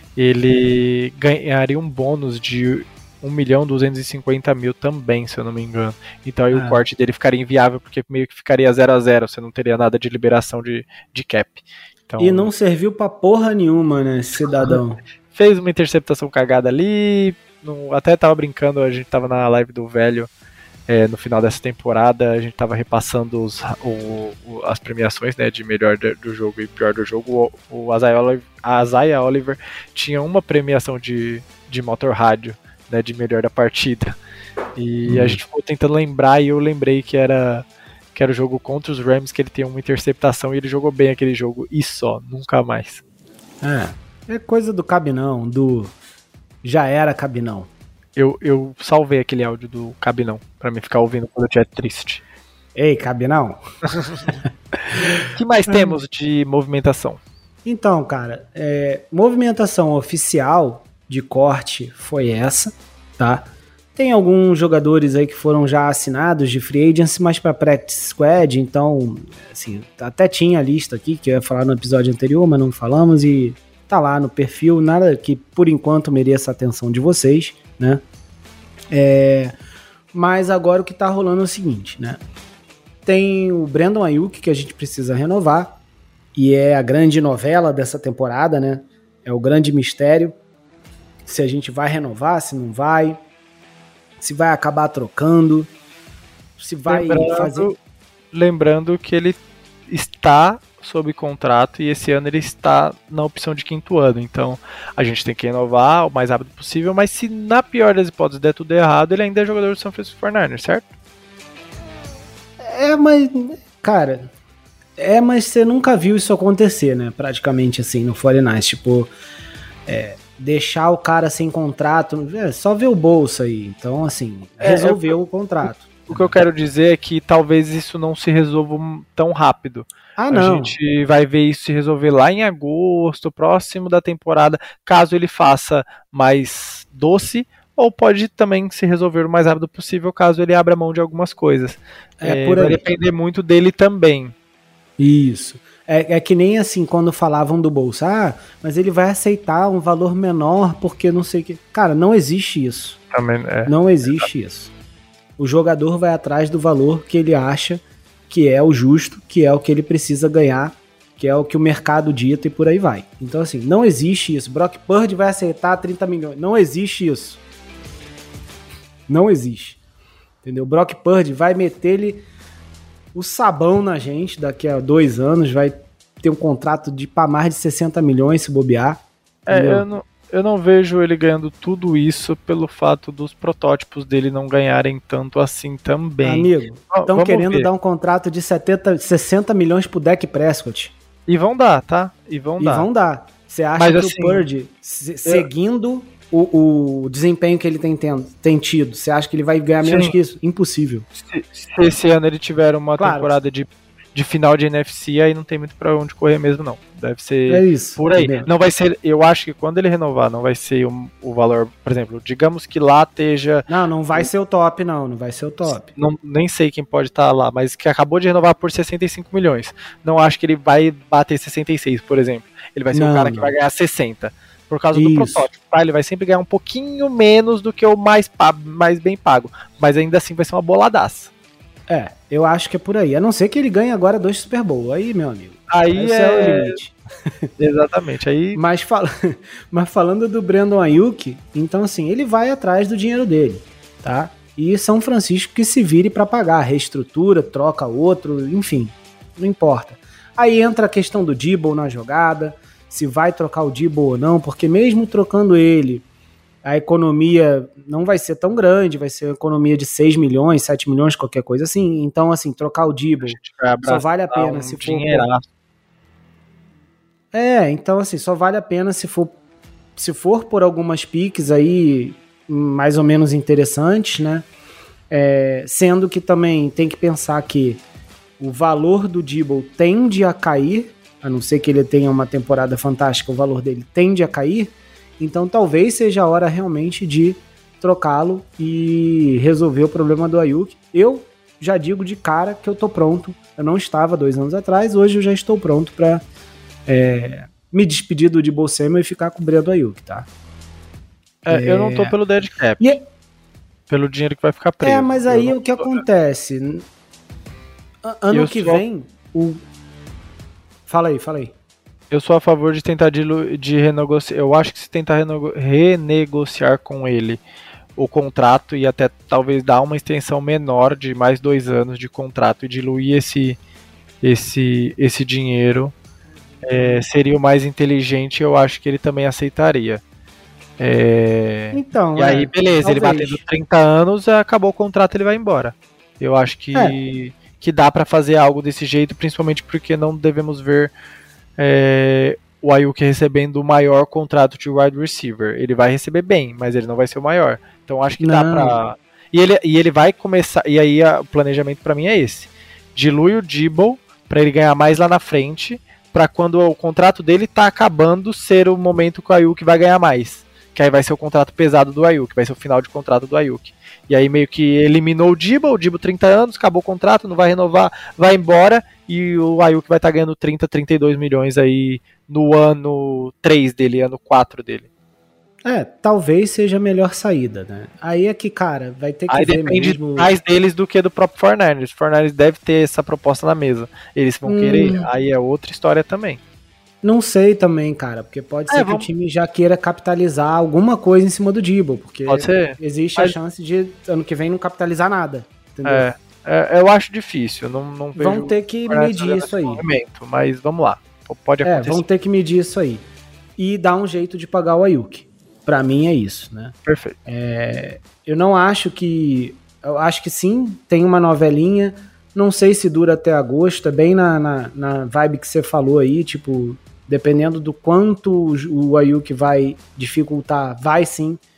ele ganharia um bônus de um milhão duzentos e cinquenta mil também, se eu não me engano. Então aí ah. o corte dele ficaria inviável, porque meio que ficaria zero a zero, você não teria nada de liberação de, de cap. Então, e não serviu pra porra nenhuma, né, cidadão? Fez uma interceptação cagada ali, no, até tava brincando, a gente tava na live do velho, é, no final dessa temporada, a gente tava repassando os, o, o, as premiações, né, de melhor do jogo e pior do jogo. O, o Isaiah Oliver, a Isaiah Oliver tinha uma premiação de, de motor rádio, né, de melhor da partida, e hum. a gente ficou tentando lembrar, e eu lembrei que era, que era o jogo contra os Rams, que ele tem uma interceptação, e ele jogou bem aquele jogo, e só, nunca mais. É, é coisa do Cabinão, do já era Cabinão. Eu, eu salvei aquele áudio do Cabinão, pra mim ficar ouvindo quando eu estiver triste. Ei, Cabinão! O que mais temos de movimentação? Então, cara, é, movimentação oficial de corte foi essa, tá? Tem alguns jogadores aí que foram já assinados de free agency, mas para practice squad, então, assim, até tinha a lista aqui, que eu ia falar no episódio anterior, mas não falamos, e tá lá no perfil, nada que por enquanto mereça a atenção de vocês, né? É, mas agora o que tá rolando é o seguinte, né? Tem o Brandon Aiyuk, que a gente precisa renovar, e é a grande novela dessa temporada, né? É o grande mistério, se a gente vai renovar, se não vai, se vai acabar trocando, se vai lembrando, fazer... Lembrando que ele está sob contrato e esse ano ele está na opção de quinto ano, então a gente tem que renovar o mais rápido possível, mas se na pior das hipóteses der tudo errado, ele ainda é jogador do San Francisco forty-niners ers, certo? É, mas, cara, é, mas você nunca viu isso acontecer, né, praticamente assim, no forty-niners ers, tipo, é... deixar o cara sem contrato, é, só ver o bolso aí, então assim, resolveu é, eu, o contrato. o que eu quero dizer é que talvez isso não se resolva tão rápido. Ah, não. A gente vai ver isso se resolver lá em agosto, próximo da temporada, caso ele faça mais doce, ou pode também se resolver o mais rápido possível, caso ele abra mão de algumas coisas. É, É, por vai aí. depender muito dele também. Isso. É, é que nem assim, quando falavam do bolso, ah, mas ele vai aceitar um valor menor porque não sei o que. Cara, não existe isso. Também, é. Não existe isso. O jogador vai atrás do valor que ele acha que é o justo, que é o que ele precisa ganhar, que é o que o mercado dita e por aí vai. Então, assim, não existe isso. Brock Purdy vai aceitar trinta milhões. Não existe isso. Não existe. Entendeu? Brock Purdy vai meter-lhe o sabão na gente daqui a dois anos, vai ter um contrato de para mais de sessenta milhões se bobear. É, eu não, eu não vejo ele ganhando tudo isso pelo fato dos protótipos dele não ganharem tanto assim também. Amigo, estão querendo ver. dar um contrato de setenta, sessenta milhões pro Dak Prescott. E vão dar, tá? E vão e dar. E vão dar. Você acha Mas, que assim, o Purdy, se, eu... seguindo o, o desempenho que ele tem, tendo, tem tido, você acha que ele vai ganhar menos Sim. que isso? Impossível. Se, se esse ano ele tiver uma claro. temporada de, de final de N F C, aí não tem muito pra onde correr mesmo, não. Deve ser é isso, por aí. É não vai ser, eu acho que quando ele renovar, não vai ser o, o valor, por exemplo, digamos que lá esteja... Não, não vai o, ser o top, não. Não vai ser o top. Não, nem sei quem pode estar lá, mas que acabou de renovar por sessenta e cinco milhões. Não acho que ele vai bater sessenta e seis, por exemplo. Ele vai ser não, o cara não. que vai ganhar sessenta. Por causa Isso. do protótipo, tá? Ele vai sempre ganhar um pouquinho menos do que o mais, mais bem pago. Mas ainda assim vai ser uma boladaça. É, eu acho que é por aí. A não ser que ele ganhe agora dois Super Bowl. Aí, meu amigo. Aí esse é... é o limite. Exatamente. Aí... mas, fal... mas falando do Brandon Ayuk, então assim, ele vai atrás do dinheiro dele, tá? E São Francisco que se vire para pagar, reestrutura, troca outro, enfim, não importa. Aí entra a questão do Debo na jogada, se vai trocar o Debo ou não, porque mesmo trocando ele, a economia não vai ser tão grande, vai ser uma economia de seis milhões, sete milhões, qualquer coisa assim. Então, assim, trocar o Debo só vale a pena um se for... dinheiraço. É, então assim, só vale a pena se for, se for por algumas piques aí mais ou menos interessantes, né? É, sendo que também tem que pensar que o valor do Debo tende a cair, a não ser que ele tenha uma temporada fantástica, o valor dele tende a cair, então talvez seja a hora realmente de trocá-lo e resolver o problema do Ayuk. Eu já digo de cara que eu tô pronto, eu não estava dois anos atrás, hoje eu já estou pronto para É, me despedir do Debo Samuel e ficar com o Brandon Ayuk, tá? É, é... Eu não tô pelo dead cap. E... Pelo dinheiro que vai ficar preso. É, mas aí o que tô... acontece? Ano eu que sou... vem, o... Fala aí, fala aí. Eu sou a favor de tentar de, de renegociar. Eu acho que se tentar renego... renegociar com ele o contrato e até talvez dar uma extensão menor de mais dois anos de contrato e diluir esse, esse, esse dinheiro... É, seria o mais inteligente, eu acho que ele também aceitaria. É... Então, e aí, beleza, talvez. Ele batendo trinta anos, acabou o contrato, ele vai embora. Eu acho que, é. que dá pra fazer algo desse jeito, principalmente porque não devemos ver é, o Ayuk recebendo o maior contrato de wide receiver. Ele vai receber bem, mas ele não vai ser o maior. Então acho que não. dá pra... E ele, e ele vai começar... E aí a, o planejamento pra mim é esse. Dilui o Debo pra ele ganhar mais lá na frente, para quando o contrato dele tá acabando ser o momento que o Ayuk vai ganhar mais. Que aí vai ser o contrato pesado do Ayuk, vai ser o final de contrato do Ayuk. E aí meio que eliminou o Debo, o Debo trinta anos, acabou o contrato, não vai renovar, vai embora, e o Ayuk vai estar tá ganhando trinta, trinta e dois milhões aí no ano três dele, ano quatro dele. É, talvez seja a melhor saída, né? Aí é que, cara, vai ter que aí ver depende mesmo... mais deles do que do próprio Fortnite. O Fortnite deve ter essa proposta na mesa. Eles vão hum. querer, aí é outra história também. Não sei também, cara, porque pode é, ser vamos... que o time já queira capitalizar alguma coisa em cima do Debo, porque pode ser. existe Mas... a chance de ano que vem não capitalizar nada, entendeu? É, é eu acho difícil, não, não vejo... Vão ter que medir isso aí. Movimento, mas vamos lá, pode acontecer. É, vão ter que medir isso aí. E dar um jeito de pagar o Ayuk. Pra mim é isso, né? Perfeito. É, eu não acho que... Eu acho que sim, tem uma novelinha. Não sei se dura até agosto. É bem na, na, na vibe que você falou aí. Tipo, dependendo do quanto o Ayuk vai dificultar, vai sim.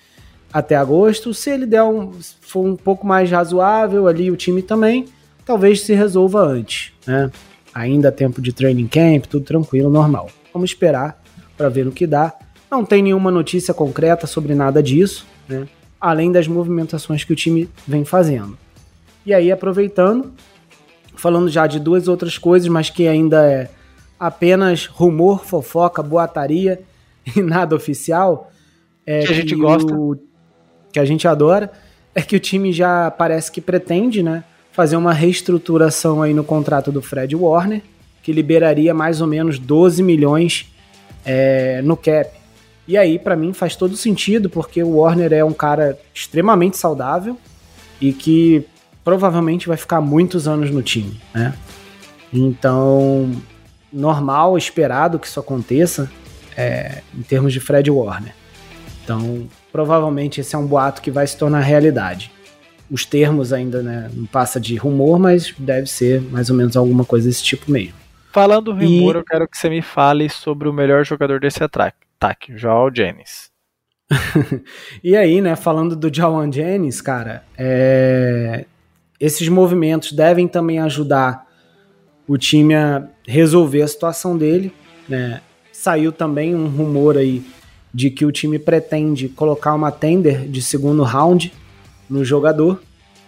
até agosto. Se ele der um, for um pouco mais razoável ali, o time também, talvez se resolva antes, né? Ainda tempo de training camp, tudo tranquilo, normal. Vamos esperar para ver o que dá. Não tem nenhuma notícia concreta sobre nada disso, né? Além das movimentações que o time vem fazendo. E aí, aproveitando, falando já de duas outras coisas, mas que ainda é apenas rumor, fofoca, boataria e nada oficial. É que a gente gosta. O, que a gente adora, é que o time já parece que pretende, né, fazer uma reestruturação aí no contrato do Fred Warner, que liberaria mais ou menos doze milhões é, no cap. E aí, para mim, faz todo sentido, porque o Warner é um cara extremamente saudável e que provavelmente vai ficar muitos anos no time, né? Então, normal, esperado que isso aconteça é, em termos de Fred Warner. Então, provavelmente esse é um boato que vai se tornar realidade. Os termos ainda, né, não passa de rumor, mas deve ser mais ou menos alguma coisa desse tipo mesmo. Falando rumor, E... eu quero que você me fale sobre o melhor jogador desse ataque, João Jennings. E aí, né, falando do Jawan Jennings, cara, é... esses movimentos devem também ajudar o time a resolver a situação dele, né? Saiu também um rumor aí de que o time pretende colocar uma tender de segundo round no jogador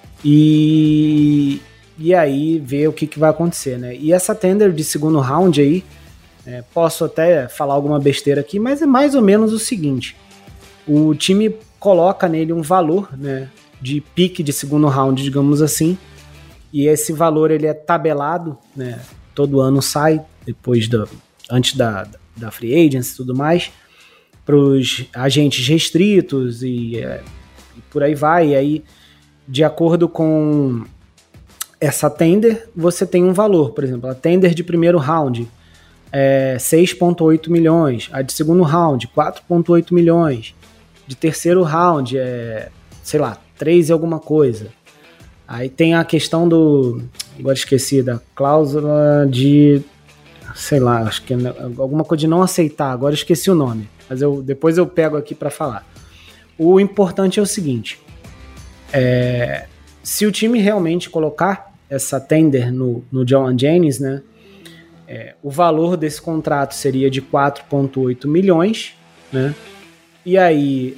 e, e aí ver o que, que vai acontecer, né? E essa tender de segundo round aí, é, posso até falar alguma besteira aqui, mas é mais ou menos o seguinte: o time coloca nele um valor, né, de pique de segundo round, digamos assim, e esse valor ele é tabelado, né, todo ano sai, depois da, antes da, da free agency e tudo mais, para os agentes restritos e, é, e por aí vai. E aí, de acordo com essa tender, você tem um valor. Por exemplo, a tender de primeiro round é seis vírgula oito milhões, a de segundo round quatro vírgula oito milhões, de terceiro round é, sei lá, três e alguma coisa. Aí tem a questão do, agora esqueci, da cláusula de, sei lá, acho que é alguma coisa de não aceitar, agora esqueci o nome, mas eu, depois eu pego aqui para falar. O importante é o seguinte, é, se o time realmente colocar essa tender no, no Jawan Jennings, né, é, o valor desse contrato seria de quatro vírgula oito milhões, né, e aí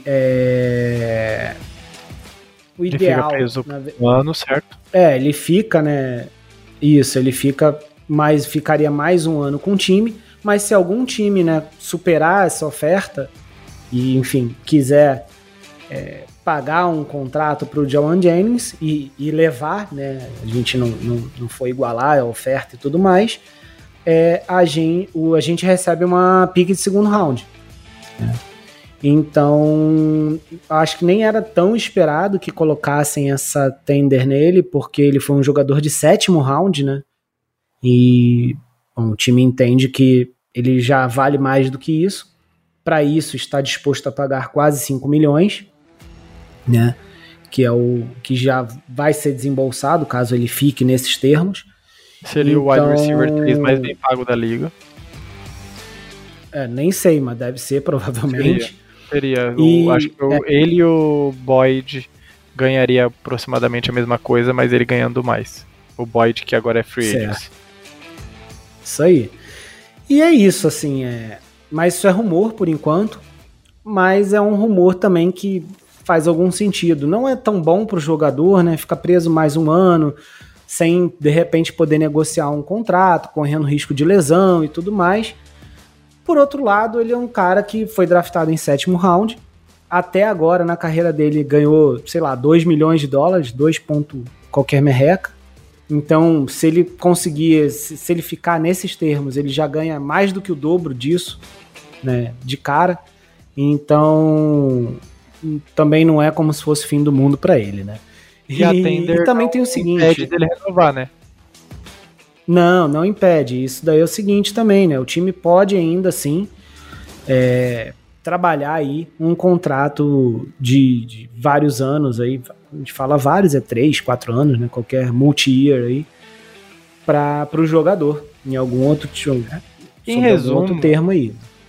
é, o ele ideal... Fica preso na, um ano, certo? É, ele fica, né, isso, ele fica mais, ficaria mais um ano com o time, mas se algum time, né, superar essa oferta e, enfim, quiser é, pagar um contrato para o Jawan Jennings e, e levar, né, a gente não, não, não foi igualar a oferta e tudo mais, é, a, gente, o, a gente recebe uma pique de segundo round. Né? Então, acho que nem era tão esperado que colocassem essa tender nele, porque ele foi um jogador de sétimo round, né? E bom, o time entende que ele já vale mais do que isso. Para isso, está disposto a pagar quase cinco milhões, né? Que é o que já vai ser desembolsado, caso ele fique nesses termos. Seria então, o wide receiver três mais bem pago da liga. É, nem sei, mas deve ser, provavelmente. Seria. Seria. E, o, acho que o, é, ele e o Boyd ganharia aproximadamente a mesma coisa, mas ele ganhando mais. O Boyd, que agora é free agent. Isso aí. E é isso, assim, é... mas isso é rumor por enquanto, mas é um rumor também que faz algum sentido. Não é tão bom pro jogador, né? Ficar preso mais um ano, sem de repente poder negociar um contrato, correndo risco de lesão e tudo mais. Por outro lado, ele é um cara que foi draftado em sétimo round. Até agora, na carreira dele, ganhou, sei lá, dois milhões de dólares, dois ponto qualquer merreca. Então, se ele conseguir, se, se ele ficar nesses termos, ele já ganha mais do que o dobro disso, né, de cara. Então, também não é como se fosse fim do mundo para ele, né? E, e, a tender e também tem o seguinte... impede dele renovar, né? Não, não impede. Isso daí é o seguinte também, né? O time pode ainda assim é, trabalhar aí um contrato de, de vários anos aí. A gente fala vários, é três, quatro anos, né? Qualquer multi-year aí para o jogador em algum outro, em resumo, algum outro termo aí.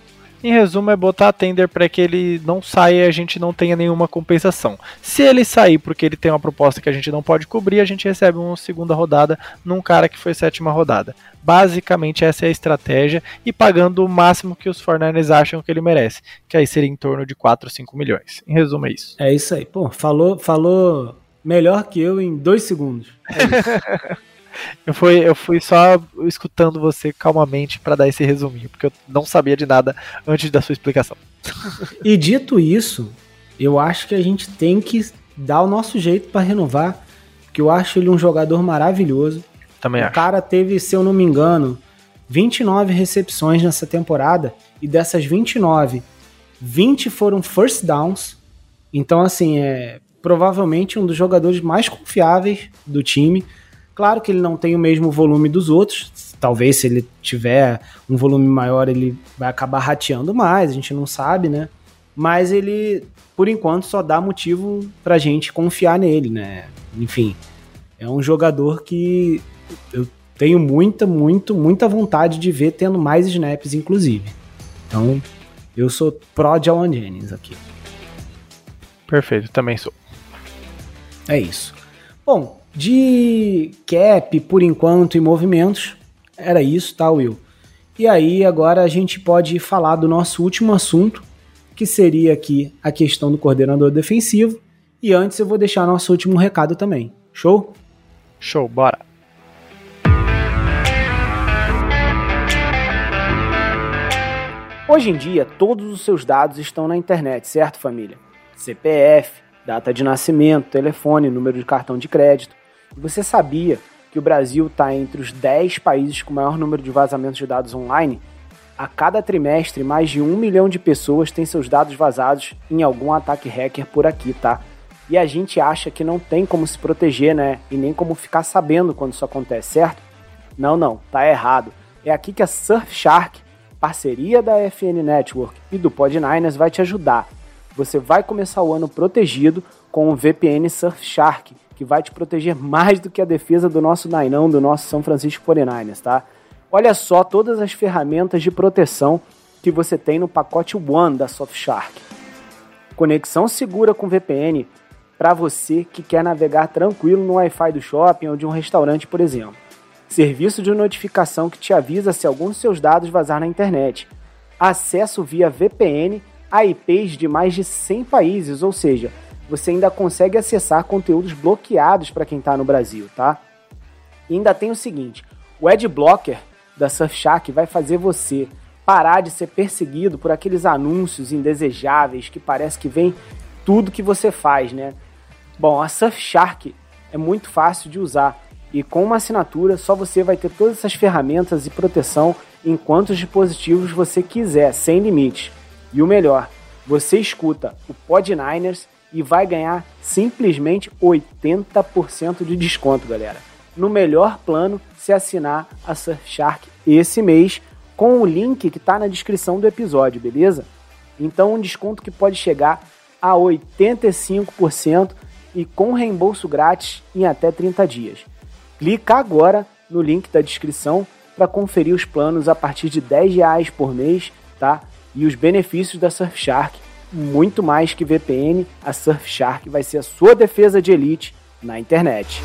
Em resumo, é botar tender para que ele não saia e a gente não tenha nenhuma compensação. Se ele sair porque ele tem uma proposta que a gente não pode cobrir, a gente recebe uma segunda rodada num cara que foi sétima rodada. Basicamente essa é a estratégia, e pagando o máximo que os quarenta e nine ers acham que ele merece, que aí seria em torno de quatro, cinco milhões. Em resumo é isso. É isso aí. Pô, falou, falou melhor que eu em dois segundos. É isso. Eu fui, eu fui só escutando você calmamente para dar esse resuminho, porque eu não sabia de nada antes da sua explicação. E dito isso, eu acho que a gente tem que dar o nosso jeito para renovar, porque eu acho ele um jogador maravilhoso. Também o acho. cara teve, se eu não me engano, vinte e nove recepções nessa temporada, e dessas vinte e nove, vinte foram first downs. Então, assim, é provavelmente um dos jogadores mais confiáveis do time. Claro que ele não tem o mesmo volume dos outros, talvez se ele tiver um volume maior ele vai acabar rateando mais, a gente não sabe, né? Mas ele, por enquanto, só dá motivo pra gente confiar nele, né? Enfim, é um jogador que eu tenho muita, muito, muita vontade de ver tendo mais snaps, inclusive. Então, eu sou pró Jauan Jennings aqui. Perfeito, também sou. É isso. Bom, de cap, por enquanto, e movimentos, era isso, tá, Will? E aí, agora a gente pode falar do nosso último assunto, que seria aqui a questão do coordenador defensivo. E antes eu vou deixar nosso último recado também. Show? Show, bora! Hoje em dia, todos os seus dados estão na internet, certo, família? C P F, data de nascimento, telefone, número de cartão de crédito. E você sabia que o Brasil está entre os dez países com maior número de vazamentos de dados online? A cada trimestre, mais de um milhão de pessoas têm seus dados vazados em algum ataque hacker por aqui, tá? E a gente acha que não tem como se proteger, né? E nem como ficar sabendo quando isso acontece, certo? Não, não, tá errado. É aqui que a Surfshark, parceria da F N Network e do Pod Niners, vai te ajudar. Você vai começar o ano protegido com o V P N Surfshark, que vai te proteger mais do que a defesa do nosso Nainão, do nosso São Francisco quarenta e nine ers, tá? Olha só todas as ferramentas de proteção que você tem no pacote One da Surfshark. Conexão segura com V P N para você que quer navegar tranquilo no Wi-Fi do shopping ou de um restaurante, por exemplo. Serviço de notificação que te avisa se algum dos seus dados vazar na internet. Acesso via V P N a I Ps de mais de cem países, ou seja, você ainda consegue acessar conteúdos bloqueados para quem está no Brasil, tá? E ainda tem o seguinte, o Adblocker da Surfshark vai fazer você parar de ser perseguido por aqueles anúncios indesejáveis que parece que vem tudo que você faz, né? Bom, a Surfshark é muito fácil de usar e com uma assinatura só você vai ter todas essas ferramentas e proteção em quantos dispositivos você quiser, sem limites. E o melhor, você escuta o Pod Niners e vai ganhar simplesmente oitenta por cento de desconto, galera. No melhor plano, se assinar a Surfshark esse mês com o link que está na descrição do episódio, beleza? Então um desconto que pode chegar a oitenta e cinco por cento e com reembolso grátis em até trinta dias. Clica agora no link da descrição para conferir os planos a partir de dez reais por mês, tá? E os benefícios da Surfshark, muito mais que V P N, a Surfshark vai ser a sua defesa de elite na internet.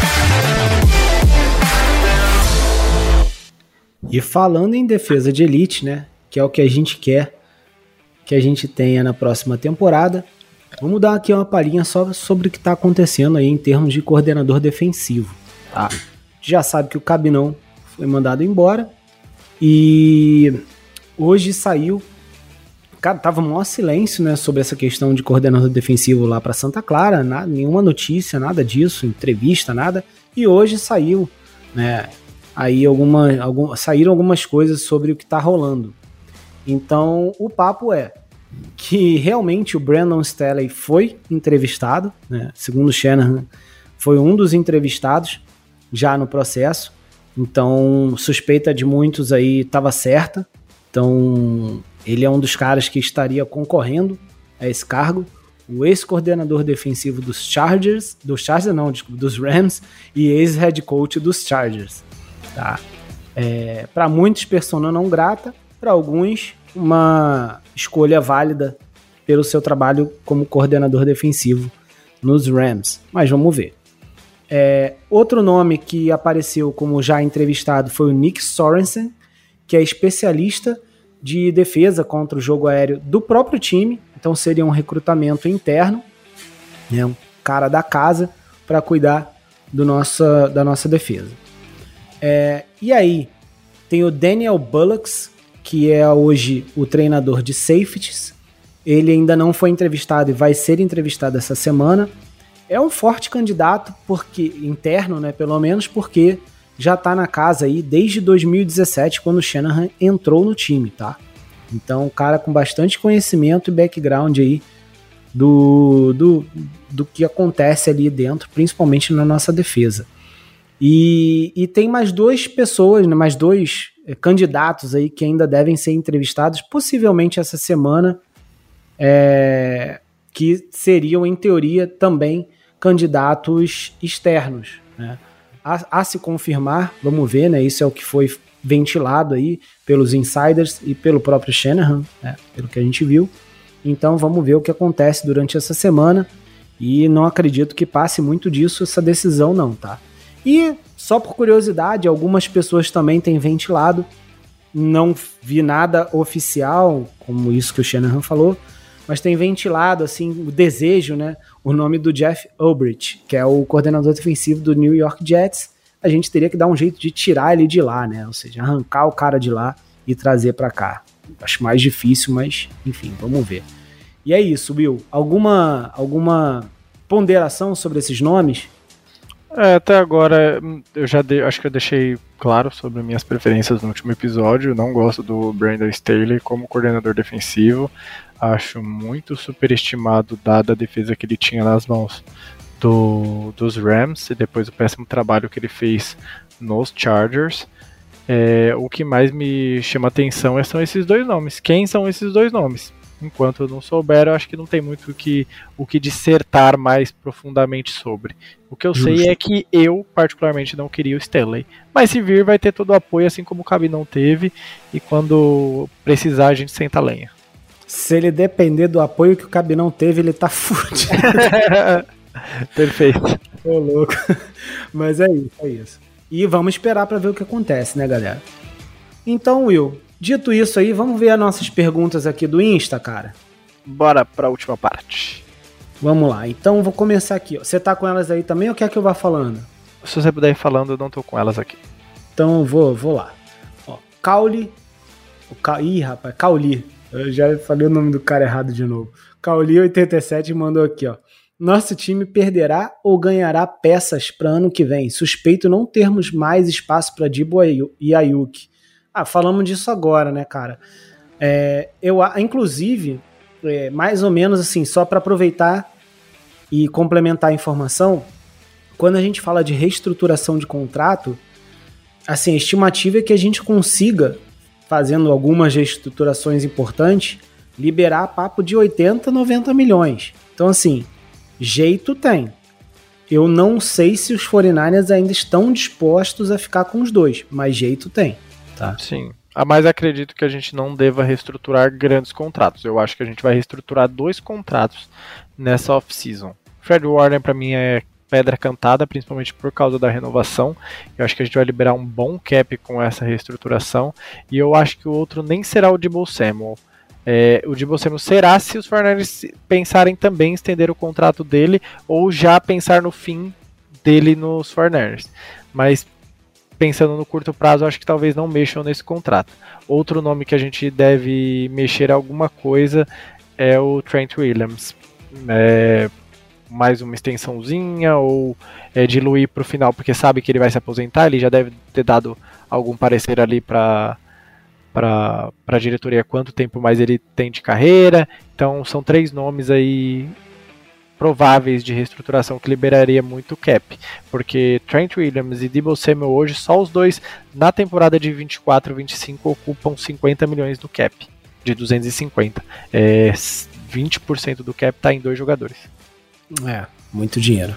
E falando em defesa de elite, né, que é o que a gente quer que a gente tenha na próxima temporada, vamos dar aqui uma palhinha só sobre o que está acontecendo aí em termos de coordenador defensivo. Tá? Já sabe que o Cabinão foi mandado embora e hoje saiu. Cara, tava um maior silêncio, né, sobre essa questão de coordenador defensivo lá para Santa Clara, nada, nenhuma notícia, nada disso, entrevista, nada. E hoje saiu, né, aí alguma, algum, saíram algumas coisas sobre o que tá rolando. Então, o papo é que realmente o Brandon Staley foi entrevistado, né, segundo o Shanahan, foi um dos entrevistados já no processo. Então, suspeita de muitos aí estava certa. Então, ele é um dos caras que estaria concorrendo a esse cargo, o ex-coordenador defensivo dos Chargers, dos Chargers não, desculpa, dos Rams e ex-head coach dos Chargers. Tá? É, para muitos, persona não grata, para alguns, uma escolha válida pelo seu trabalho como coordenador defensivo nos Rams. Mas vamos ver. É, outro nome que apareceu como já entrevistado foi o Nick Sorensen, que é especialista de defesa contra o jogo aéreo do próprio time. Então seria um recrutamento interno, né, um cara da casa para cuidar do nossa, da nossa defesa. É, e aí tem o Daniel Bullocks, que é hoje o treinador de safeties. Ele ainda não foi entrevistado e vai ser entrevistado essa semana. É um forte candidato, porque interno, né, pelo menos, porque já tá na casa aí desde dois mil e dezessete, quando o Shanahan entrou no time, tá? Então, um cara com bastante conhecimento e background aí do, do, do que acontece ali dentro, principalmente na nossa defesa. E, e tem mais duas pessoas, né, mais dois é, candidatos aí que ainda devem ser entrevistados, possivelmente essa semana, é, que seriam, em teoria, também candidatos externos, né? A, a se confirmar, vamos ver, né? Isso é o que foi ventilado aí pelos insiders e pelo próprio Shanahan, né? Pelo que a gente viu. Então vamos ver o que acontece durante essa semana e não acredito que passe muito disso essa decisão não, tá? E só por curiosidade, algumas pessoas também têm ventilado, não vi nada oficial, como isso que o Shanahan falou, mas tem ventilado assim o desejo, né, o nome do Jeff Ulbrich, que é o coordenador defensivo do New York Jets. A gente teria que dar um jeito de tirar ele de lá, né, ou seja, arrancar o cara de lá e trazer para cá. Acho mais difícil, mas enfim, vamos ver. E é isso, Will. Alguma, alguma ponderação sobre esses nomes? É, até agora eu já de, acho que eu deixei claro sobre minhas preferências no último episódio. Eu não gosto do Brandon Staley como coordenador defensivo. Acho muito superestimado, dada a defesa que ele tinha nas mãos do, dos Rams e depois o péssimo trabalho que ele fez nos Chargers. É, o que mais me chama atenção são esses dois nomes. Quem são esses dois nomes? Enquanto eu não souber, eu acho que não tem muito o que, o que dissertar mais profundamente sobre. O que eu Justo. sei é que eu, particularmente, não queria o Staley. Mas se vir, vai ter todo o apoio, assim como o Cabi não teve. E quando precisar, a gente senta a lenha. Se ele depender do apoio que o Cabi não teve, ele tá fudido. Perfeito. Ô, louco. Mas é isso, é isso. E vamos esperar pra ver o que acontece, né, galera? Então, Will, dito isso aí, vamos ver as nossas perguntas aqui do Insta, cara? Bora pra última parte. Vamos lá, então vou começar aqui. Você tá com elas aí também ou quer que eu vá falando? Se você puder ir falando, eu não tô com elas aqui. Então eu vou, vou lá. Ó, Cauli. O Ca... Ih, rapaz, Cauli. Eu já falei o nome do cara errado de novo. Cauli oitenta e sete mandou aqui, ó. Nosso time perderá ou ganhará peças para ano que vem? Suspeito não termos mais espaço para Debo e Ayuk. Ah, falamos disso agora, né, cara? É, eu, inclusive, é, mais ou menos assim, só para aproveitar e complementar a informação, quando a gente fala de reestruturação de contrato, assim, a estimativa é que a gente consiga, fazendo algumas reestruturações importantes, liberar papo de oitenta, noventa milhões. Então, assim, jeito tem. Eu não sei se os quarenta e nine ers ainda estão dispostos a ficar com os dois, mas jeito tem. Tá. Sim, mas acredito que a gente não deva reestruturar grandes contratos. Eu acho que a gente vai reestruturar dois contratos nessa off-season. Fred Warner para mim é pedra cantada, principalmente por causa da renovação. Eu acho que a gente vai liberar um bom cap com essa reestruturação, e eu acho que o outro nem será o Deebo Samuel. É, o Deebo Samuel será se os quarenta e nine ers pensarem também em estender o contrato dele, ou já pensar no fim dele nos quarenta e nine ers. Mas pensando no curto prazo, acho que talvez não mexam nesse contrato. Outro nome que a gente deve mexer alguma coisa é o Trent Williams. É, mais uma extensãozinha ou é, diluir para o final, porque sabe que ele vai se aposentar, ele já deve ter dado algum parecer ali para para a diretoria quanto tempo mais ele tem de carreira. Então são três nomes aí prováveis de reestruturação que liberaria muito cap, porque Trent Williams e Deebo Samuel hoje, só os dois na temporada de vinte e quatro vinte e cinco ocupam cinquenta milhões do cap, de duzentos e cinquenta. É, vinte por cento do cap está em dois jogadores. É, muito dinheiro.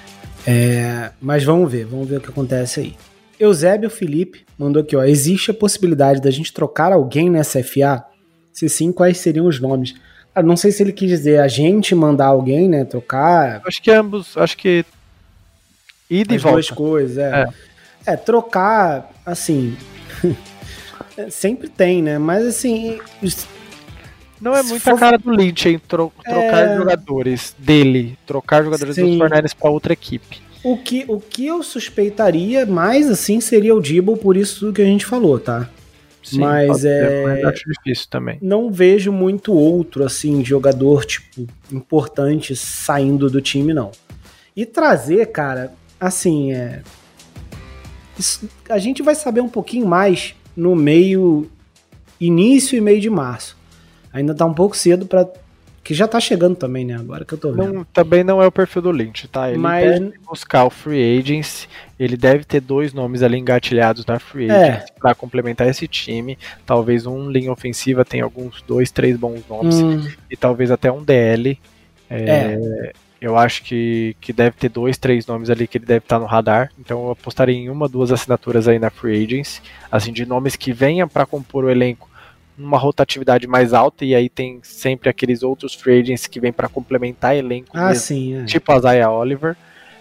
É, mas vamos ver, vamos ver o que acontece aí. Eusébio Felipe mandou aqui, ó, existe a possibilidade da gente trocar alguém na S F A Se sim, quais seriam os nomes? Ah, não sei se ele quis dizer a gente mandar alguém, né, trocar. Acho que ambos, acho que ir de as volta. duas coisas, é. É, é trocar, assim, sempre tem, né, mas assim... Não é muito for... a cara do Lynch, hein, Tro- trocar é... jogadores dele, trocar jogadores Sim. dos forty-niners para outra equipe. O que, o que eu suspeitaria mais, assim, seria o Debo, por isso tudo que a gente falou, tá? Sim, mas é... mas acho difícil também. Não vejo muito outro, assim, jogador, tipo, importante saindo do time, não. E trazer, cara, assim, é... Isso, a gente vai saber um pouquinho mais no meio, início e meio de março. Ainda tá um pouco cedo pra... Que já tá chegando também, né? Agora que eu tô vendo. Não, também não é o perfil do Lynch, tá? Ele Mas... deve buscar o Free Agents, ele deve ter dois nomes ali engatilhados na Free Agents é. Pra complementar esse time. Talvez um linha ofensiva tenha alguns dois, três bons nomes. Hum. E talvez até um D L. É, é. Eu acho que, que deve ter dois, três nomes ali que ele deve estar no radar. Então eu apostaria em uma, duas assinaturas aí na Free Agents. Assim, de nomes que venham pra compor o elenco uma rotatividade mais alta, e aí tem sempre aqueles outros free agents que vêm para complementar elenco, ah, mesmo, sim, é. tipo a Isaiah Oliver,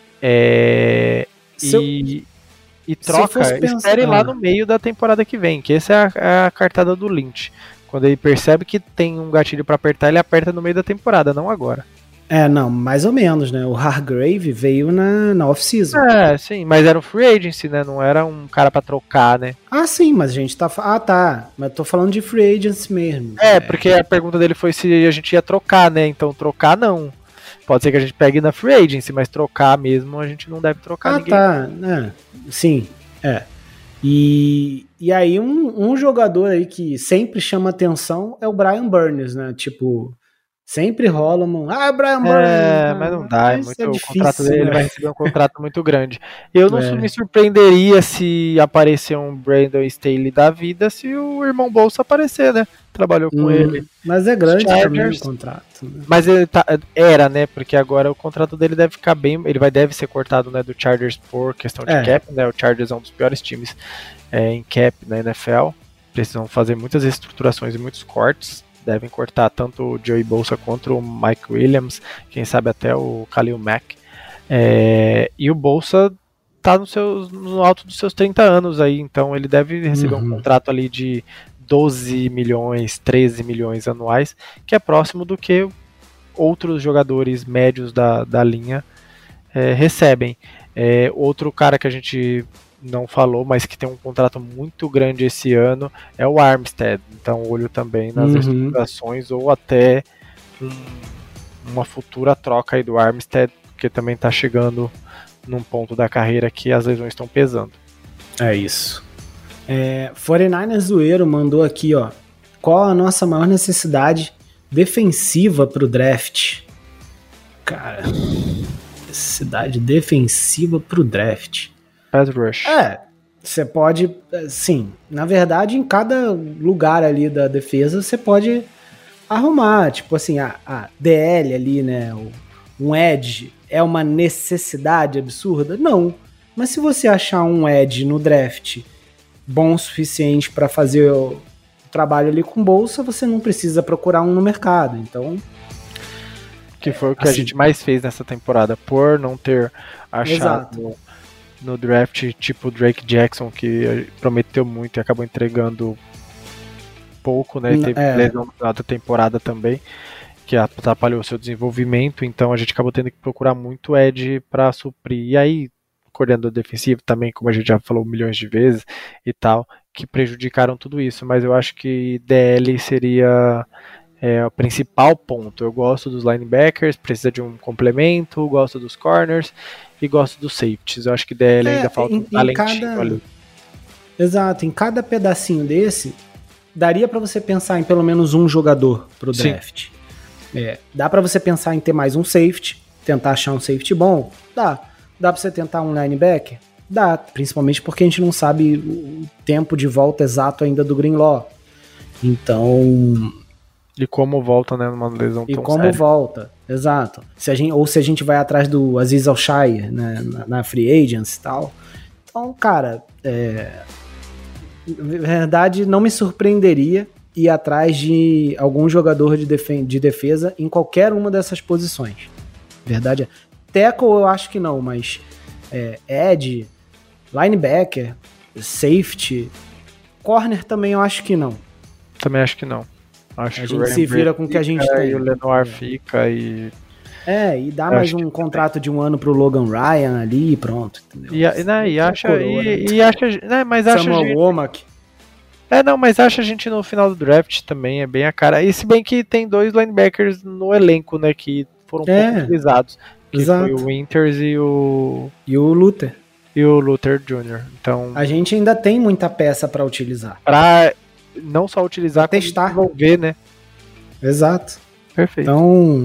é, e, eu, e troca, espere lá no meio da temporada que vem, que essa é a, é a cartada do Lynch. Quando ele percebe que tem um gatilho para apertar, ele aperta no meio da temporada, não agora. É, não, mais ou menos, né? O Hargrave veio na, na off-season. É, sim, mas era um free agency, né? Não era um cara pra trocar, né? Ah, sim, mas a gente tá... Ah, tá. Mas tô falando de free agency mesmo. É, é, porque a pergunta dele foi se a gente ia trocar, né? Então trocar, não. Pode ser que a gente pegue na free agency, mas trocar mesmo, a gente não deve trocar ah, ninguém. Ah, tá. É, sim, é. E, e aí um, um jogador aí que sempre chama atenção é o Brian Burns, né? Tipo... Sempre rola um... Ah, Brian Burns! É, mas não dá, é muito, é o difícil, contrato dele, né? ele vai receber um contrato muito grande. Eu não É. me surpreenderia se aparecer um Brandon Staley da vida, se o irmão Bolsa aparecer, né? Trabalhou com hum, ele. Mas é grande também o contrato. Né? Mas ele tá, era, né? Porque agora o contrato dele deve ficar bem... Ele vai, deve ser cortado, né, do Chargers por questão de é. cap, né? O Chargers é um dos piores times é, em cap na N F L. Precisam fazer muitas reestruturações e muitos cortes. Devem cortar tanto o Joey Bosa quanto o Mike Williams, quem sabe até o Khalil Mack. É, e o Bosa tá no, seus, no alto dos seus trinta anos aí, então ele deve receber uhum. um contrato ali de doze milhões, treze milhões anuais, que é próximo do que outros jogadores médios da, da linha é, recebem. É, outro cara que a gente não falou, mas que tem um contrato muito grande esse ano, é o Armstead. Então, olho também nas uhum. reestruturações ou até um, uma futura troca aí do Armstead, porque também está chegando num ponto da carreira que as lesões estão pesando. É isso. É, forty-niners Zoeiro mandou aqui, ó. Qual a nossa maior necessidade defensiva para o draft? Cara, necessidade defensiva para o draft. Pass rush. É, você pode, sim, na verdade em cada lugar ali da defesa você pode arrumar, tipo assim, a, a D L ali, né, um edge é uma necessidade absurda? Não, mas se você achar um edge no draft bom o suficiente para fazer o trabalho ali com bolsa, você não precisa procurar um no mercado, então... Que foi o que assim, a gente mais fez nessa temporada, por não ter achado... Exato. No draft, tipo o Drake Jackson, que prometeu muito e acabou entregando pouco, né? E teve é. lesão no final da temporada também, que atrapalhou o seu desenvolvimento, então a gente acabou tendo que procurar muito edge para suprir. E aí, coordenador defensivo também, como a gente já falou milhões de vezes e tal, que prejudicaram tudo isso, mas eu acho que D L seria... É o principal ponto. Eu gosto dos linebackers, precisa de um complemento, gosto dos corners e gosto dos safeties. Eu acho que D L é, ainda falta em, um talentinho cada... ali. Exato, em cada pedacinho desse, daria para você pensar em pelo menos um jogador pro draft. É, dá para você pensar em ter mais um safety, tentar achar um safety bom? Dá. Dá para você tentar um linebacker? Dá, principalmente porque a gente não sabe o tempo de volta exato ainda do Greenlaw. Então... E como volta, né, numa lesão e tão como séria. volta, exato. Se a gente, ou se a gente vai atrás do Aziz Al-Shire, né, na, na Free Agents e tal. Então, cara, é, na verdade, não me surpreenderia ir atrás de algum jogador de, defen- de defesa em qualquer uma dessas posições. Verdade é. Tackle eu acho que não, mas é, edge, linebacker, safety, corner também eu acho que não. Também acho que não. Acho a que gente se vira com o que a gente tem. E o Lenoir é. fica e... É, e dá mais um contrato de um ano pro Logan Ryan ali e pronto. Entendeu? E, né, e acha... Coroa, e, né? e acha né, mas acha Samuel gente... Womack. É, não, mas acha a gente no final do draft também, é bem a cara. E se bem que tem dois linebackers no elenco, né, que foram é, pouco utilizados. Que exato. Foi o Winters e o... E o Luther. E o Luther Júnior Então... A gente ainda tem muita peça pra utilizar. Pra não só utilizar, testar. Desenvolver, né? Exato. Perfeito. Então,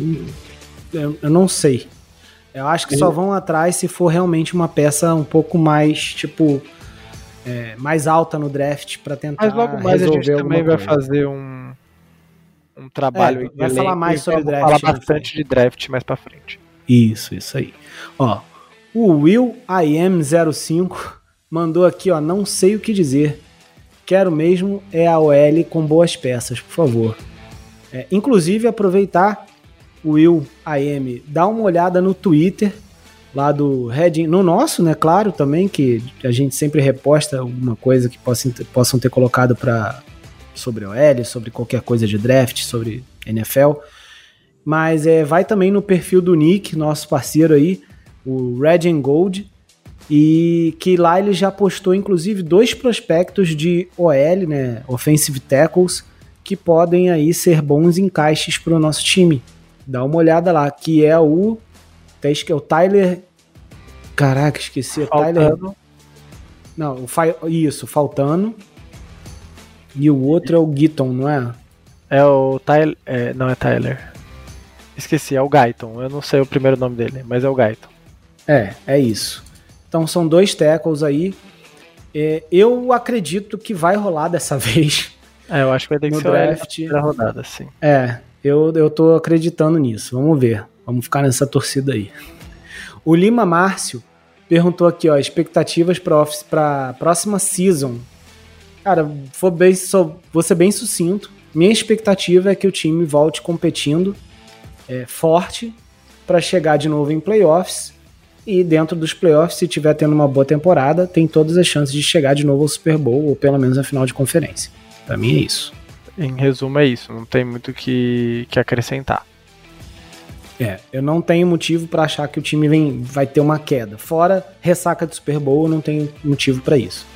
eu, eu não sei. Eu acho que eu... só vão atrás se for realmente uma peça um pouco mais, tipo... É, mais alta no draft para tentar Mas logo mais resolver a gente também vai coisa. fazer um, um trabalho é, vai falar mais sobre draft, falar bastante de draft mais para frente. Isso, isso aí. Ó, o Will I M zero cinco mandou aqui, ó, não sei o que dizer. Quero mesmo é a O L com boas peças, por favor. É, inclusive aproveitar o Will I M, dá uma olhada no Twitter lá do Redding, no nosso, né, claro, também, que a gente sempre reposta alguma coisa que possam ter, possam ter colocado pra, sobre O L, sobre qualquer coisa de draft, sobre N F L, mas é, vai também no perfil do Nick, nosso parceiro aí, o Red and Gold, e que lá ele já postou, inclusive, dois prospectos de O L, né, Offensive Tackles, que podem aí ser bons encaixes para o nosso time. Dá uma olhada lá, que é o acho que é o Tyler. Caraca, esqueci. O Tyler. Não, o Fa... isso, Faltano. E o outro é o Gitton, não é? É o Tyler. É, não é Tyler. Esqueci, é o Guyton. Eu não sei o primeiro nome dele, mas é o Guyton. É, é isso. Então são dois tackles aí. É, eu acredito que vai rolar dessa vez. É, eu acho que vai ter que ser draft. Na rodada, sim. É, eu, eu tô acreditando nisso. Vamos ver. Vamos ficar nessa torcida aí. O Lima Márcio perguntou aqui, ó, expectativas para a próxima season. Cara, vou, bem, sou, vou ser bem sucinto. Minha expectativa é que o time volte competindo é, forte para chegar de novo em playoffs. E dentro dos playoffs, se tiver tendo uma boa temporada, tem todas as chances de chegar de novo ao Super Bowl ou pelo menos à final de conferência. Para mim é isso. Em resumo é isso. Não tem muito que, que acrescentar. É, eu não tenho motivo para achar que o time vem, vai ter uma queda. Fora ressaca do Super Bowl, eu não tenho motivo para isso.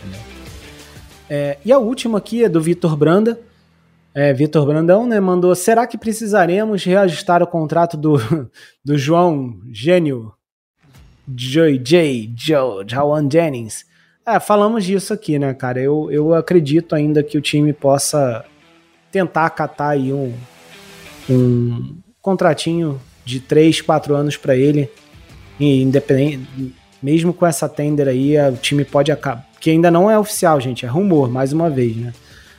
É, e a última aqui é do Vitor Branda. É, Vitor Brandão, né, mandou: será que precisaremos reajustar o contrato do, do João Gênio J J Joe Jawan Jennings? É, falamos disso aqui, né, cara? Eu, eu acredito ainda que o time possa tentar catar aí um, um contratinho de três, quatro anos para ele, e independente, mesmo com essa tender aí, o time pode acabar, que ainda não é oficial, gente, é rumor, mais uma vez, né?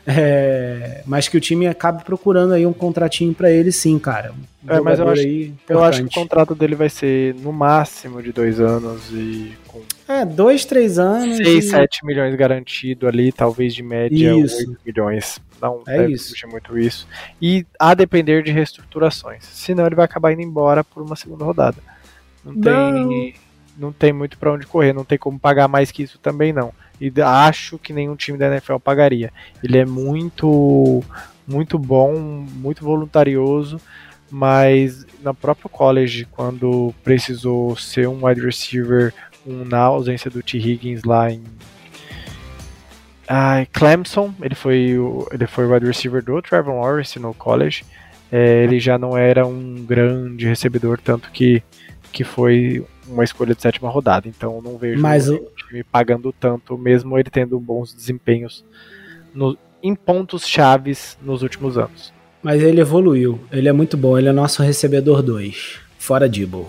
É, mas que o time acabe procurando aí um contratinho para ele, sim, cara. Um é, mas eu acho, eu acho que o contrato dele vai ser no máximo de dois anos e com é, dois, três anos. seis, e... sete milhões garantido ali, talvez de média isso. oito milhões. Não é deve isso. muito isso. E a depender de reestruturações. Senão ele vai acabar indo embora por uma segunda rodada. Não, não. tem, não tem muito para onde correr, não tem como pagar mais que isso também não. E acho que nenhum time da N F L pagaria. Ele é muito, muito bom, muito voluntarioso, mas na própria college, quando precisou ser um wide receiver, um, na ausência do T. Higgins lá em ah, Clemson, ele foi o ele foi o wide receiver do Trevor Lawrence no college. É, ele já não era um grande recebedor, tanto que, que foi uma escolha de sétima rodada. Então eu não vejo Mas o o time pagando tanto, mesmo ele tendo bons desempenhos no, em pontos chaves nos últimos anos. Mas ele evoluiu, ele é muito bom, ele é nosso recebedor dois, fora Dibble.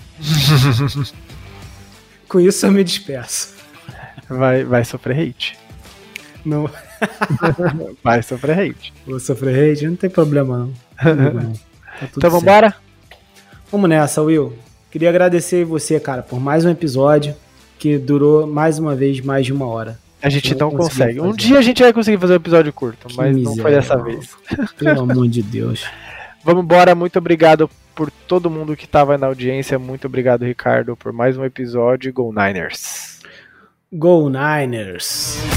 Com isso eu me despeço. Vai, vai sofrer hate. Não. Vai sofrer hate. Vou sofrer hate? Não tem problema não. não. Tá então vamos embora? Vamos nessa, Will. Queria agradecer você, cara, por mais um episódio que durou mais uma vez mais de uma hora. A gente não, não consegue. Um dia a gente vai conseguir fazer um episódio curto, que mas não foi dessa vez. Pelo amor de Deus. Vamos embora, muito obrigado por todo mundo que estava na audiência. Muito obrigado, Ricardo, por mais um episódio. Go Niners! Go Niners!